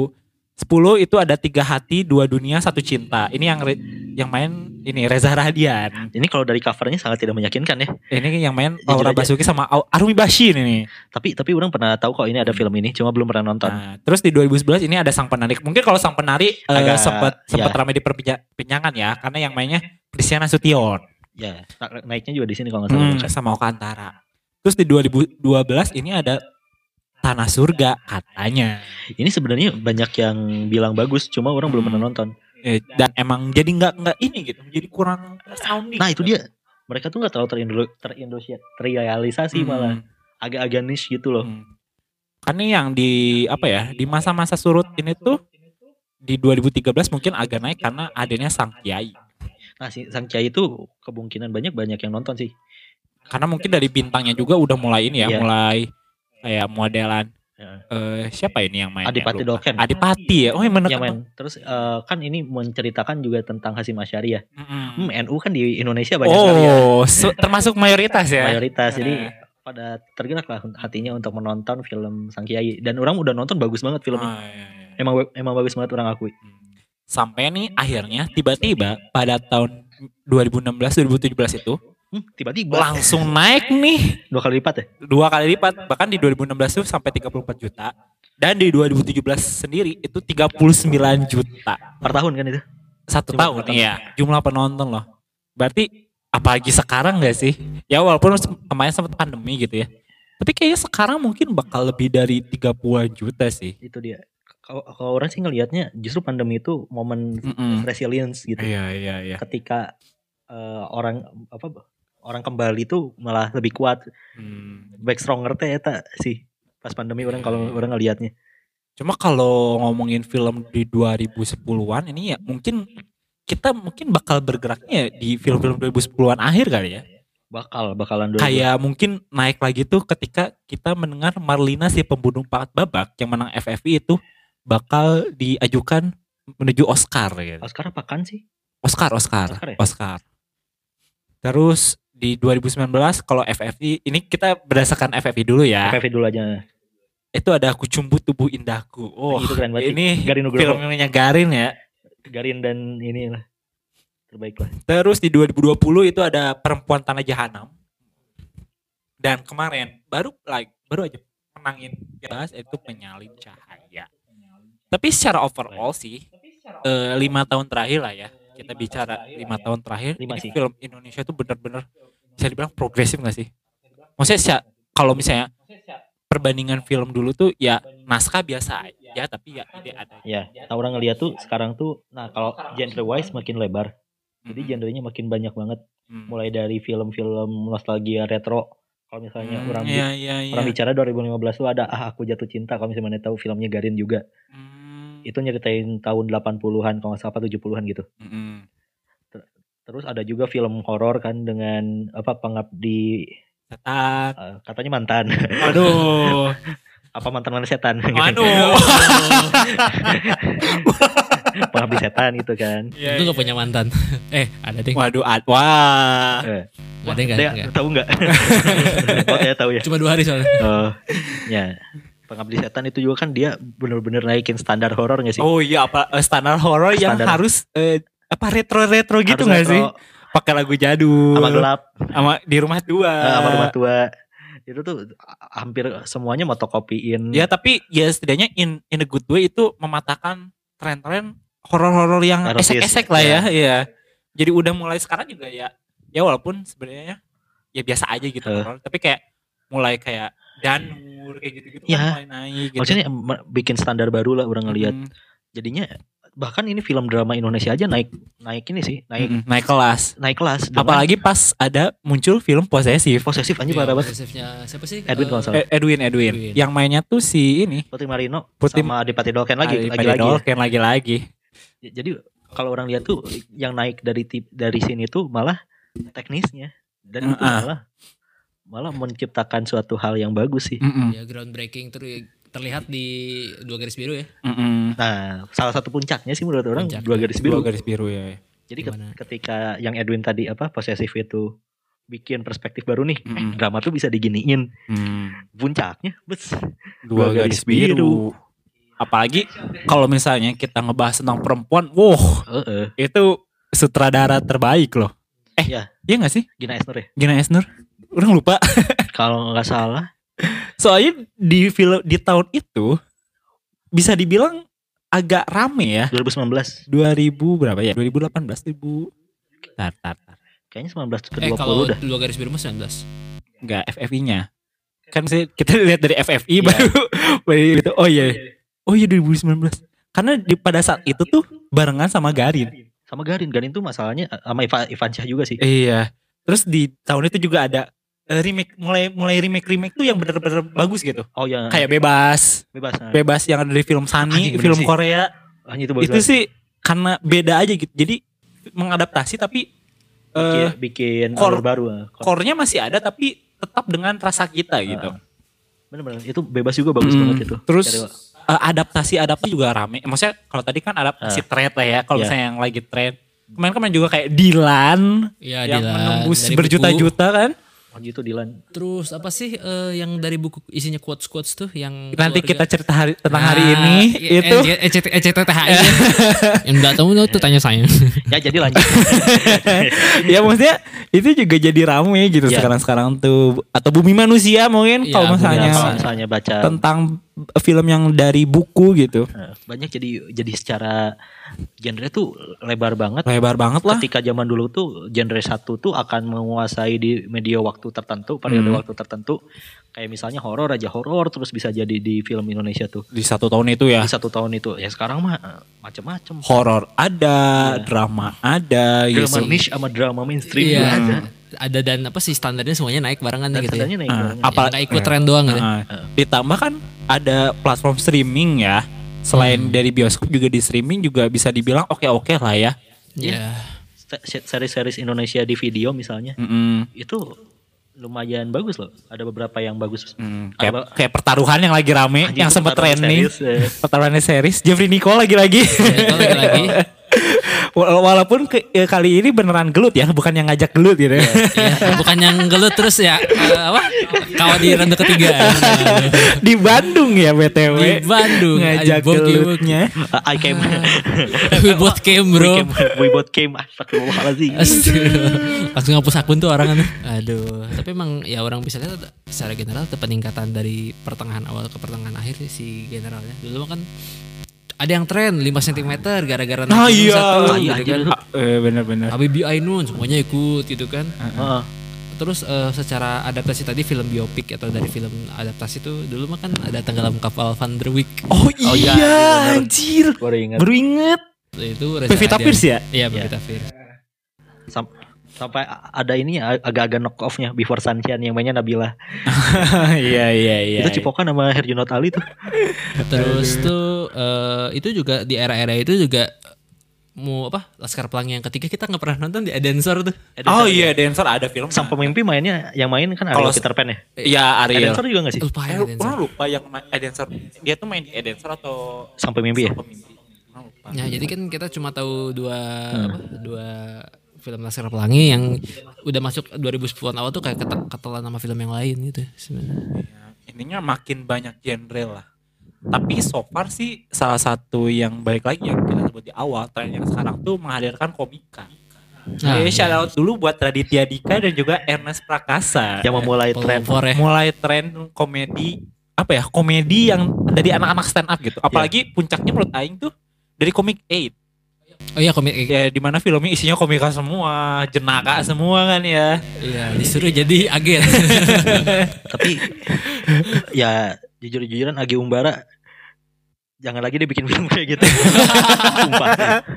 sepuluh itu ada Tiga Hati, Dua Dunia, Satu Cinta. Ini yang re- yang main ini Reza Radian. Ini kalau dari covernya sangat tidak meyakinkan ya. Ini yang main Jujur Laura aja. Basuki sama Au- Arumi Bashir ini. Tapi tapi orang pernah tahu kok ini ada film ini, cuma belum pernah nonton. Nah, terus di dua ribu sebelas ini ada Sang Penari. Mungkin kalau Sang Penari eh, Agak, sempat sempat ya. ramai di perbincangan ya, karena yang mainnya Christiana Sution Ya, na- naiknya juga di sini kalau nggak salah. hmm, sama Oka Antara. Terus di dua ribu dua belas ini ada Tanah Surga katanya. Ini sebenarnya banyak yang bilang bagus, cuma orang belum Hmm. pernah nonton. Eh, dan emang jadi nggak nggak ini gitu, jadi kurang sounding. Nah itu dia, mereka tuh nggak terlalu terindo, terindosia, terrealisasi Hmm, malah agak-agak niche gitu loh. hmm. Karena yang di apa ya di masa-masa surut ini tuh di dua ribu tiga belas mungkin agak naik karena adanya Sang Kiai. Nah si Sang Kiai itu kemungkinan banyak banyak yang nonton sih. Karena mungkin dari bintangnya juga udah mulai ini ya, Iya. mulai kayak modelan Ya. eh siapa ini yang main? Adipati Dolken. Adipati ya. Oh, yang bener. Ya men, terus eh, kan ini menceritakan juga tentang Hasyim Asy'ari ya. Mm-mm. Hmm, N U kan di Indonesia banyak sekali ya. Oh, su- termasuk mayoritas ya. Mayoritas, jadi Eh. pada tergerak lah hatinya untuk menonton film Sang Kiai. Dan orang udah nonton bagus banget filmnya. Ah, iya, iya. Emang emang bagus banget orang akui. Sampai nih akhirnya tiba-tiba pada tahun dua ribu enam belas dua ribu tujuh belas itu Hmm, tiba-tiba langsung naik nih dua kali lipat ya. dua kali lipat, bahkan di dua ribu enam belas itu sampai tiga puluh empat juta dan di dua ribu tujuh belas sendiri itu tiga puluh sembilan juta Per tahun kan itu. satu Cuma tahun. per tahun. Iya, jumlah penonton loh. Berarti apalagi sekarang gak sih? Ya walaupun kemarin sempat pandemi gitu ya. Tapi kayaknya sekarang mungkin bakal lebih dari tiga puluhan juta sih. Itu dia. Kalau kalau orang sih ngelihatnya justru pandemi itu momen Mm-mm. resilience gitu. Iya, iya, iya. Ketika eh, orang apa orang kembali tuh malah lebih kuat, Hmm. back stronger teh eta sih pas pandemi orang kalau orang ngelihatnya. Cuma kalau ngomongin film di dua ribu sepuluhan ini ya mungkin kita mungkin bakal bergeraknya di film-film dua ribu sepuluhan akhir kali ya. Bakal bakalan dua ribu. Kayak mungkin naik lagi tuh ketika kita mendengar Marlina si pembunuh empat babak yang menang F F I itu bakal diajukan menuju Oscar gitu. Oscar apa kan sih? Oscar, Oscar, Oscar ya? Oscar. Terus di dua ribu sembilan belas kalau F F I ini kita berdasarkan F F I dulu ya. F F I dulu aja. Itu ada Kucumbu Tubuh Indahku. Oh, Itu keren banget. ini Garin Nugroho. filmnya Garin ya. Garin dan ini lah terbaik lah. Terus di dua ribu dua puluh itu ada Perempuan Tanah Jahanam. Dan kemarin baru like baru aja menangin bahas itu Penyalin Cahaya. Tapi secara overall sih eh, lima tahun terakhir lah ya. Kita bicara lima tahun terakhir Lima ini sih. film Indonesia tuh benar-benar bisa dibilang progresif gak sih? Maksudnya sya- kalau misalnya perbandingan film dulu tuh ya naskah biasa aja tapi ya ide ada. Ya, nah orang ngeliat tuh sekarang tuh, nah kalau genre wise makin lebar. Jadi Mhm. genrenya makin banyak banget. Hmm. Mulai dari film-film nostalgia retro. Kalau misalnya Hmm, orang iya, iya, iya. orang bicara dua ribu lima belas tuh ada Ah Aku Jatuh Cinta. Kalau misalnya tahu filmnya Garin juga. Hmm, Itu nyeritain tahun delapan puluhan kalau nggak salah apa tujuh puluhan gitu. mm-mm. Terus ada juga film horor kan dengan apa pengabdi Setan. uh, katanya mantan. Aduh. Apa mantan mantan setan? Aduh. Pengabdi setan gitu kan. Itu gak punya mantan. eh ada deh. Waduh, ad, wah. Eh, Ada nggak? Dea, Nggak. tahu nggak? Oh ya tahu ya. Cuma dua hari soalnya. Oh, ya. Pengabdi setan itu juga kan dia bener-bener naikin standar horor gak sih? Oh iya, apa eh, standar horor yang Standar. harus eh, apa retro-retro gitu Harus nggak sih? retro, Pakai lagu jadul. sama gelap, Sama di rumah tua. eh, sama rumah tua. Itu tuh hampir semuanya motokopiin. Ya tapi ya setidaknya in in a good way itu mematahkan tren-tren horor-horor yang Erotis, esek-esek lah ya. ya. Iya. Jadi udah mulai sekarang juga ya. Ya walaupun sebenarnya ya biasa aja gitu Eh. horor, tapi kayak mulai kayak Danur kayak gitu-gitu Ya. kan mulai naik gitu. Maksudnya me- bikin standar baru lah orang ngelihat. Mm, Jadinya bahkan ini film drama Indonesia aja naik naik ini sih, naik mm, naik kelas. naik kelas. Dengan Apalagi pas ada muncul film posesif. posesif anjir Iya, parah banget. posesifnya siapa sih? Edwin Eh, kalau nggak salah. Eh, Edwin, Edwin Edwin. yang mainnya tuh si ini Putri Marino Putri- sama Adipati Dolken lagi Adipati lagi lagi. Dolken lagi-lagi. Jadi kalau orang lihat tuh yang naik dari tip, dari sini tuh malah teknisnya dan itu Uh-uh. malah malah menciptakan suatu hal yang bagus sih. Mm-mm. Ya groundbreaking ter- terlihat di dua garis biru ya. Mm-mm. Nah, salah satu puncaknya sih menurut orang Puncaknya. dua garis biru. Dua garis biru ya. Jadi ke- Gimana? ketika yang Edwin tadi apa posesif itu bikin perspektif baru nih, eh, Mm-mm. drama tuh bisa diginiin. Hmm. Puncaknya, bes. Dua Dua garis garis biru. biru. Apalagi kalau misalnya kita ngebahas tentang perempuan, wow, Heeh. itu sutradara terbaik loh. Eh, Iya. iya gak sih? Gina Esner ya. Gina Esner? Orang lupa. Kalau nggak salah, Soalnya di film di tahun itu bisa dibilang agak rame ya. dua ribu sembilan belas. dua ribu berapa ya? dua ribu delapan belas ribu. Tar, tar, tar. Kayaknya sembilan belas ke Eh dua kalau puluh dah. dua garis biru mah sembilan belas. Enggak F F I-nya. Kan sih kita lihat dari F F I Iya. baru baru itu. Oh iya. Oh iya dua ribu sembilan belas. Karena di pada saat itu tuh barengan sama Garin. Sama Garin. Garin tuh masalahnya eh, sama Iva, Ivan Syah juga sih. Iya. Terus di tahun itu juga ada eh, remake mulai mulai remake remake tuh yang bener-bener bagus gitu. Oh ya, Kayak Bebas, bebas. Nah. Bebas yang ada di film Sunny, Anjing, bener film sih. Korea. Hanya itu bagus. Itu sih karena beda aja gitu. Jadi mengadaptasi tapi eh bikin, bikin core- alur baru. ah. Core- core-nya masih ada tapi tetap dengan rasa kita gitu. Bener-bener itu bebas juga bagus Mm, banget itu. Terus Dari- eh, adaptasi adaptasi juga rame. Maksudnya kalau tadi kan adaptasi Ah. trend lah ya. Kalau Iya. misalnya yang lagi trend. Kemarin-kemarin juga kayak Dilan Ya, yang Dilan, menembus dari berjuta-juta kan. Anjir itu Dilan. Terus apa sih eh, yang dari buku isinya quotes quotes tuh yang Nanti keluarga- kita cerita hari, tentang hari Nah, ini i- itu E C T H I ya. Yang enggak tahu tuh tanya saya. Ya jadi lanjut. ya maksudnya itu juga jadi rame gitu Iya. sekarang-sekarang tuh atau Bumi Manusia mungkin Iya, kalau Bumi misalnya Ya, kalau Manusia. misalnya baca tentang film yang dari buku gitu. eh, banyak jadi jadi secara genre tuh lebar banget. Lebar banget lah. Ketika zaman dulu tuh genre satu tuh akan menguasai di media waktu tertentu, periode Hmm. waktu tertentu. Kayak misalnya horor aja horor terus bisa jadi di film Indonesia tuh. Di satu tahun itu ya. Di satu tahun itu. Ya sekarang mah eh, macem-macem. Horor ada, Iya. drama ada Drama gitu. niche sama drama mainstream Iya. juga ada. Ada dan apa sih standarnya semuanya naik barengan Dan gitu ya. standarnya naik Ah, banget. apa- Apa enggak ikut tren doang gitu. Nah, ditambah kan ada platform streaming ya. Selain Hmm. dari bioskop juga di streaming juga bisa dibilang oke-oke lah ya. Ya. Se- Series-series Indonesia di video misalnya Mm-mm. itu lumayan bagus loh. Ada beberapa yang bagus. Mm, Ada kayak, ba- kayak pertaruhan yang lagi rame, Anjing, yang sempat pertarungan trending. series, eh. Pertaruhannya series. Jeffrey Nicole lagi-lagi. Itu lagi-lagi. Wala- Walaupun ke- ya, kali ini beneran gelut ya, bukan yang ngajak gelut gitu. ya. Ya, bukan yang gelut terus ya eh, apa? Kawan di ronde ketiga. Di Bandung ya B T W. Di Bandung. Ngajak Ay, bokeh, gelutnya. I came. We bought came We bro. came. We both came. Astagfirullahaladzim. Astaga. Langsung hapus akun tuh orang kan. Aduh. Tapi emang ya orang bisa lihat secara general tuh peningkatan dari pertengahan awal ke pertengahan akhir sih si generalnya. Dulu mah kan ada yang tren lima sentimeter gara-gara naik Ah gunung iya. satu, Ah, iya, gitu kan. anjir. Ah, eh, bener-bener. Habibie Ainun semuanya ikut gitu kan. Heeh. Terus eh, secara adaptasi tadi film biopik atau dari film adaptasi tuh dulu mah kan ada Tenggelam Kapal Van der Wijk. Oh Oh, iya, iya, bener. anjir. Baru ingat. Baru inget. Itu Reza Pevita Ardian. Pierce ya? Iya, Pevita Pierce. Sam- sampai ada ini ya, agak-agak knock off-nya Before Sunshine yang mainnya Nabila. Iya iya iya. Itu cipokan sama Herjunot Ali tuh. Terus tuh eh, itu juga di era-era itu juga mau apa Laskar Pelangi yang ketiga kita nggak pernah nonton di Dancer tuh. Oh iya, Dancer ada film. Sang pemimpi mainnya yang main kan Kalau Ariel Peter Pan ya. Iya, Ariel. Dancer juga gak sih? Lupa Eh, ya Dancer. orang lupa yang main Dancer. Dia tuh main di Dancer atau Sang pemimpi ya. Sang Pemimpi. Orang lupa. Ya jadi kan kita cuma tahu dua apa, dua film Laskar Pelangi yang udah masuk dua ribu sepuluhan awal tuh kayak ketek- ketelan sama film yang lain gitu sebenarnya. Ya, ininya makin banyak genre lah. Tapi so far sih salah satu yang balik lagi yang kita sebut di awal tren yang sekarang tuh menghadirkan komika. Nah, Jadi iya. shout out dulu buat Raditya Dika dan juga Ernest Prakasa. Yang memulai tren. Pelopor ya. Mulai tren komedi apa ya komedi yang dari anak-anak stand up gitu. Apalagi puncaknya menurut Aing tuh dari komik eight. Oh iya komik Ya di mana filmnya isinya komika semua, jenaka semua kan ya. iya disuruh jadi agen. Tapi ya jujur-jujuran Agi Umbara jangan lagi dia bikin film kayak gitu. Sumpah.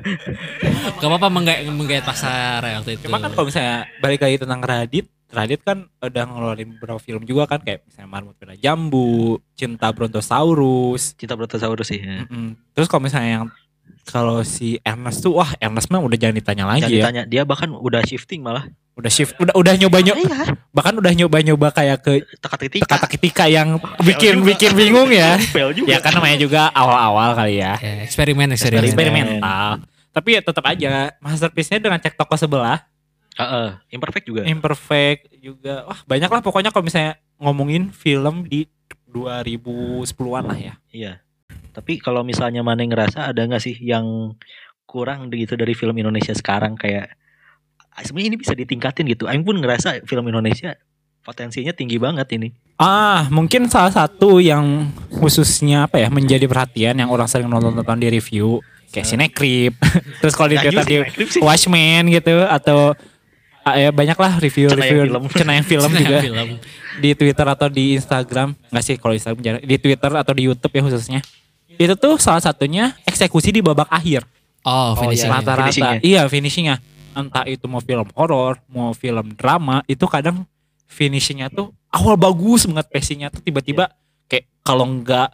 Gak apa-apa menggait menggait pasar ya waktu itu. Cuma kan kalau misalnya balik lagi tentang Radit, Radit kan udah ngeluarin beberapa film juga kan kayak misalnya Marmut Merah Jambu, Cinta Brontosaurus. Cinta Brontosaurus sih. Ya. Mm-mm. Terus kalau misalnya yang kalau si Ernest tuh wah Ernest mah udah jangan ditanya lagi Jangan ya. ditanya, dia bahkan udah shifting malah. Udah shift, udah udah nyoba nyoba, bahkan udah nyoba nyoba kayak ke Teka-teki. teka-teki tika yang bikin juga. bikin bingung ya. Fail juga. Ya kan namanya juga awal-awal kali ya. Ya, eksperimen eksperimen. Eksperimental. Tapi ya tetap aja masterpiece-nya dengan cek toko sebelah. Heeh, imperfect juga. Imperfect juga. Wah, banyak lah pokoknya kalau misalnya ngomongin film di dua ribu sepuluhan lah ya. Iya. Tapi kalau misalnya Mane ngerasa ada nggak sih yang kurang gitu dari film Indonesia sekarang kayak sebenarnya ini bisa ditingkatin gitu. Aing pun ngerasa film Indonesia potensinya tinggi banget ini. Ah, mungkin salah satu yang khususnya apa ya menjadi perhatian yang orang sering nonton-nonton di review kayak Cinecrip. Terus kalau di Lanjut, Twitter di Cinecrip sih. Watchmen gitu atau ah, ya banyak lah review-review Cenayang film. cenayang film Cenayang juga film. di Twitter atau di Instagram. Enggak sih kalau Instagram jarang. Di Twitter atau di YouTube ya khususnya. Itu tuh salah satunya eksekusi di babak akhir. Oh, finishing. iya. Rata-rata finishingnya. iya finishingnya entah itu mau film horor mau film drama itu kadang finishingnya tuh awal bagus banget pacingnya tuh tiba-tiba kayak kalau nggak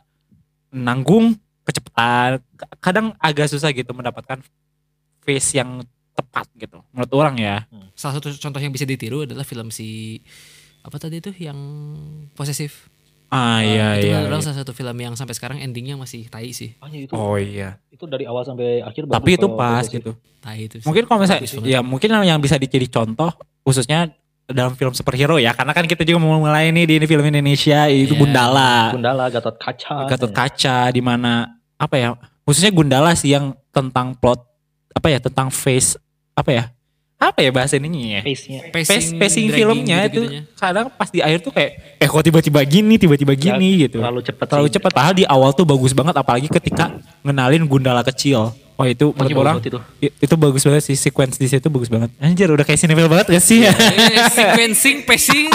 nanggung kecepatan kadang agak susah gitu mendapatkan face yang tepat gitu menurut orang ya. Salah satu contoh yang bisa ditiru adalah film si apa tadi itu yang posesif. Ah iya itu iya, adalah iya. salah satu film yang sampai sekarang endingnya masih tai sih. Makanya itu Oh iya itu dari awal sampai akhir bagus tapi itu kalau pas bagus. gitu Tai itu. sih. mungkin kalau misalnya Bagus banget. ya mungkin yang bisa dijadi contoh khususnya dalam film superhero ya karena kan kita juga mau mulai nih di ini film Indonesia itu Iya. Gundala. Gundala, Gatot Kaca. Gatot Kaca di mana apa ya khususnya Gundala sih yang tentang plot apa ya tentang face apa ya apa ya bahasa ininya ya Face-nya. face pacing dragging filmnya itu gitu-gitunya. kadang pas di akhir tuh kayak eh kok tiba-tiba gini tiba-tiba gini gitu Terlalu cepat. terlalu sih. cepat padahal di awal tuh bagus banget apalagi ketika ngenalin Gundala kecil wah itu menurut bagus orang banget itu. i- itu bagus banget sih sequence di situ bagus banget anjir udah kayak sinetron banget gak sih Eh, sequencing, pacing,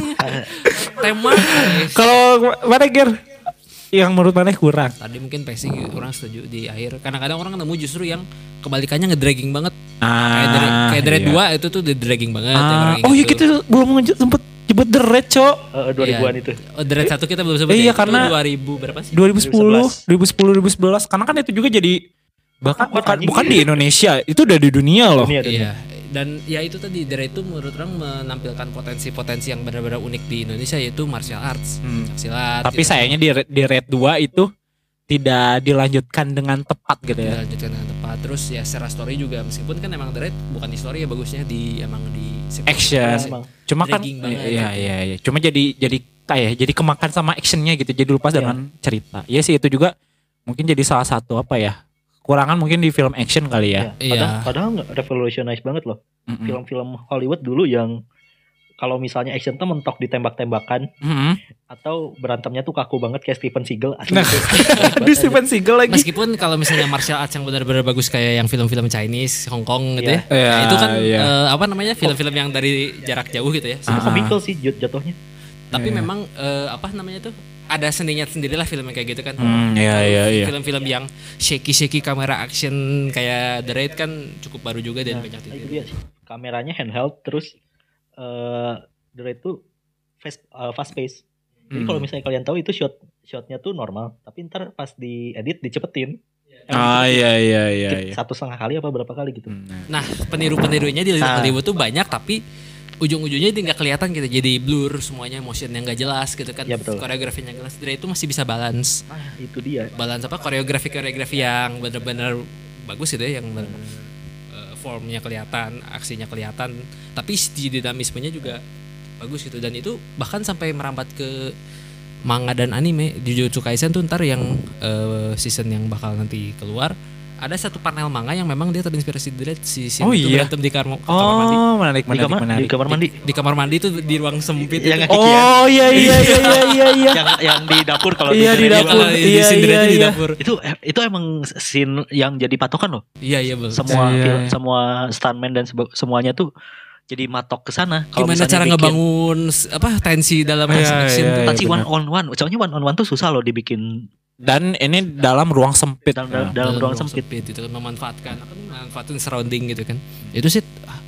tema. eh, kalau mana Ger yang menurut mana kurang Tadi mungkin pacing orang setuju di akhir. Kadang-kadang orang nemu justru yang kebalikannya nge-dragging banget. Kayak dari kayak dari iya. dua itu tuh the dragging banget. yang Ah, orang oh iya gitu. kita belum nge- sempet jebut The Red, Cok. Eh, dua ribuan Iya. itu. Oh, The Red satu kita belum sebut Iya, ya. karena- Itu dua ribu berapa sih? dua ribu sepuluh, dua ribu sepuluh, dua ribu sebelas. Karena kan itu juga jadi bahkan Bukan bukan, anjing. bukan di Indonesia, itu udah di dunia loh. Dunia, dunia. Iya. Dan ya itu tadi The Red itu menurut orang menampilkan potensi-potensi yang benar-benar unik di Indonesia yaitu martial arts, Hmm. silat. Tapi gitu. sayangnya di Red- di Red dua itu tidak dilanjutkan dengan tepat gitu ya. dilanjutkan dengan tepat. Terus ya secara story juga meskipun kan emang The Red bukan di story ya bagusnya di emang di sequence. Action. Emang. Cuma kan Dragging banget. iya iya iya. Cuma jadi jadi kayak jadi kemakan sama actionnya gitu. Jadi lupa dengan cerita. Iya sih itu juga mungkin jadi salah satu apa ya? Kekurangan mungkin di film action kali ya. Iya. Padahal, Iya. padahal nggak revolutionize banget loh. Mm-mm. Film-film Hollywood dulu yang kalau misalnya action tuh mentok ditembak-tembakan Mm-mm. atau berantemnya tuh kaku banget kayak Steven Seagal. Asli Nah, itu. di Steven Seagal lagi. Meskipun kalau misalnya martial arts yang benar-benar bagus kayak yang film-film Chinese, Hong Kong gitu Iya. ya. Iya, Nah, itu kan iya. eh, apa namanya? Film-film yang dari jarak jauh gitu ya. Itu Ah. komikal sih jat- jatuhnya. Tapi Iya. memang eh, apa namanya tuh? Ada seninya sendirilah film yang kayak gitu kan. Hmm, iya iya iya. Film-film yang shaky-shaky kamera action kayak The Raid kan cukup baru juga dan banyak Nah, itu ditiru. dia sih. Kameranya handheld terus eh The Raid tuh fast eh, fast pace. Jadi Hmm. kalau misalnya kalian tahu itu shot shotnya tuh normal, tapi ntar pas diedit dicepetin. Ah iya iya iya. iya. Satu setengah kali apa berapa kali gitu. Nah, peniru-penirunya di Ah. Hollywood tuh banyak tapi ujung-ujungnya itu nggak kelihatan gitu, jadi blur semuanya, motionnya nggak jelas gitu kan, Ya, betul. koreografinya nggak jelas. Dre itu masih bisa balance, Ah, itu dia. balance apa koreografi koreografi yang benar-benar bagus gitu ya, yang bener-bener, uh, formnya kelihatan, aksinya kelihatan, tapi si dinamismenya juga bagus gitu, dan itu bahkan sampai merambat ke manga dan anime. Jujutsu Kaisen tuh ntar yang uh, season yang bakal nanti keluar, ada satu panel manga yang memang dia terinspirasi dari si scene Oh itu iya. berantem di kamar, kamar mandi. Oh menarik Di menarik kamar, menarik. di kamar mandi. Di kamar mandi itu di ruang sempit Yang itu. Kiki ya. Oh iya iya iya iya iya iya. yang yang di dapur kalau Iya, di Doraemon. dapur. Kalau di Iya, Cinderella iya, di iya. dapur. Itu itu emang scene yang jadi patokan loh. Iya iya betul. Semua Iya, film- iya. semua stuntman dan sebe- semuanya tuh jadi matok ke sana. Kalau Gimana misalnya cara bikin- ngebangun s- apa tensi dalam Iya, action iya, tuh? iya. Tensi benar. one on one. Soalnya one on one tuh susah loh dibikin Dan ini dalam ruang sempit. dalam dalam, dalam ruang sempit. itu kan, memanfaatkan apa memanfaatkan surrounding gitu kan. Itu sih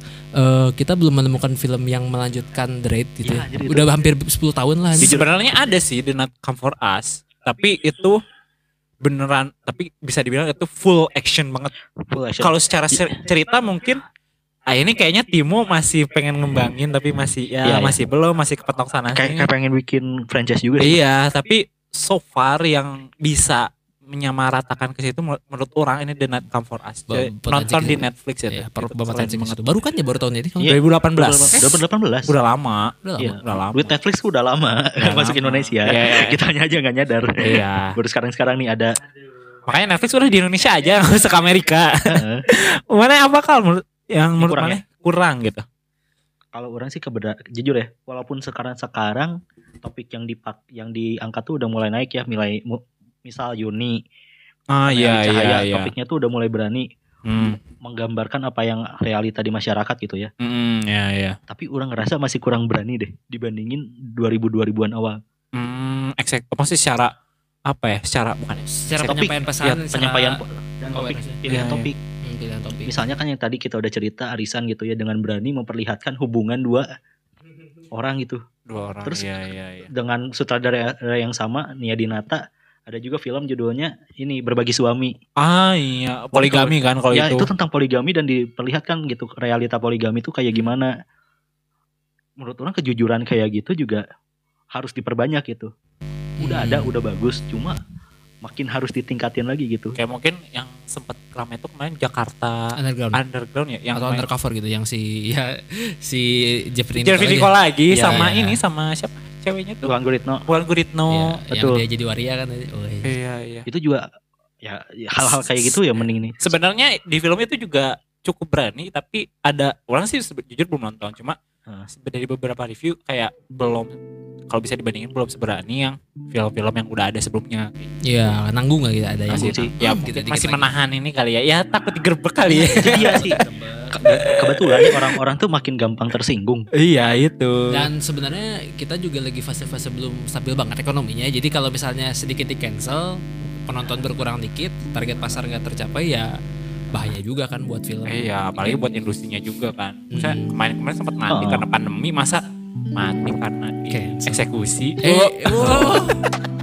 eh, kita belum menemukan film yang melanjutkan The Raid gitu. Iya, ya. jadi itu- Udah hampir sepuluh tahun lah. ini. Sebenarnya ada sih The Not Come For Us, tapi itu beneran, tapi bisa dibilang itu full action banget. Full action. Kalau secara cer- cerita mungkin ah ini kayaknya Timo masih pengen ngembangin tapi masih ya Iya, iya. masih belum, masih kepetok sana kayak, sini. kayak pengen bikin franchise juga sih. Iya, tapi so far yang bisa menyamaratakan ke situ menurut, menurut orang ini The Not Come For Us. Ba- Jadi, potensi nonton ke- di Netflix ya. Ya, itu. per, Itu berpotensi keren ke banget. situ. Baru kan ya baru tahun ini kan. Iya. dua ribu delapan belas. dua ribu delapan belas. Udah lama. Udah lama. Iya. Udah lama. Duit Netflix tuh udah lama masuk lama. Indonesia. Iya, iya. Kitanya aja nggak nyadar. Iya. Baru sekarang-sekarang nih ada. Makanya Netflix udah di Indonesia aja, nggak usah ke Amerika. Heeh. Mana yang bakal menurut yang menurut kurang mana kurang gitu. Kalau orang sih kebeda, jujur ya, walaupun sekarang-sekarang topik yang dipak yang diangkat tuh udah mulai naik ya, mulai mu- misal Yuni, Ah iya Melly iya Cahaya, iya. topiknya tuh udah mulai berani Hmm. menggambarkan apa yang realita di masyarakat gitu ya. Hmm, ya ya. Tapi orang ngerasa masih kurang berani deh dibandingin dua ribu dua ribuan awal. Hmm, eksek apa sih secara apa ya? Secara bukan ya? Secara Topik, penyampaian pesan, ya, secara penyampaian po- dan topik, awareness. pilihan Iya, iya. topik. Hmm, pilihan topik. Misalnya kan yang tadi kita udah cerita arisan gitu ya, dengan berani memperlihatkan hubungan dua orang gitu. Dua orang. Terus, Iya iya iya. Dengan sutradara yang sama, Nia Dinata, ada juga film judulnya ini Berbagi Suami. Ah iya, poligami kan kalau Ya itu. itu tentang poligami dan diperlihatkan gitu realita poligami itu kayak gimana. Menurut orang kejujuran kayak gitu juga harus diperbanyak gitu. Udah Hmm. ada, udah bagus, cuma makin harus ditingkatin lagi gitu. Kayak mungkin yang sempat ramai itu kemarin Jakarta Underground. Underground ya, yang atau main- undercover gitu, yang si ya si Jeffrey Jeffrey Nicole Nicole aja. lagi Iya, sama iya. ini sama siapa ceweknya tuh? Tuhan Guritno Wulan Guritno. Iya, yang betul. dia jadi waria kan. Oh, iya. Iya iya. itu juga ya hal-hal kayak gitu ya mending nih. Sebenarnya di film itu juga cukup berani, tapi ada orang sih sebe- jujur belum nonton, cuma Hmm. dari beberapa review kayak belum, kalau bisa dibandingin belum seberani yang film-film yang udah ada sebelumnya. Iya, nanggung gak gitu, ada yang Nanggung Masih, sih. ya Hmm, mungkin dikit-dikit masih lagi. menahan ini kali ya, ya takut digerebek kali ya. Iya sih. Ke- kebetulan nih orang-orang tuh makin gampang tersinggung. Iya itu. Dan sebenarnya kita juga lagi fase-fase belum stabil banget ekonominya. Jadi kalau misalnya sedikit di cancel, penonton berkurang dikit, target pasar nggak tercapai, ya bahaya juga kan buat film. Iya, apalagi buat industrinya juga kan. Misalnya Hmm. kemarin-kemarin sempat mati Oh. karena pandemi, masa mati karena Cancel. eksekusi. Eh, oh.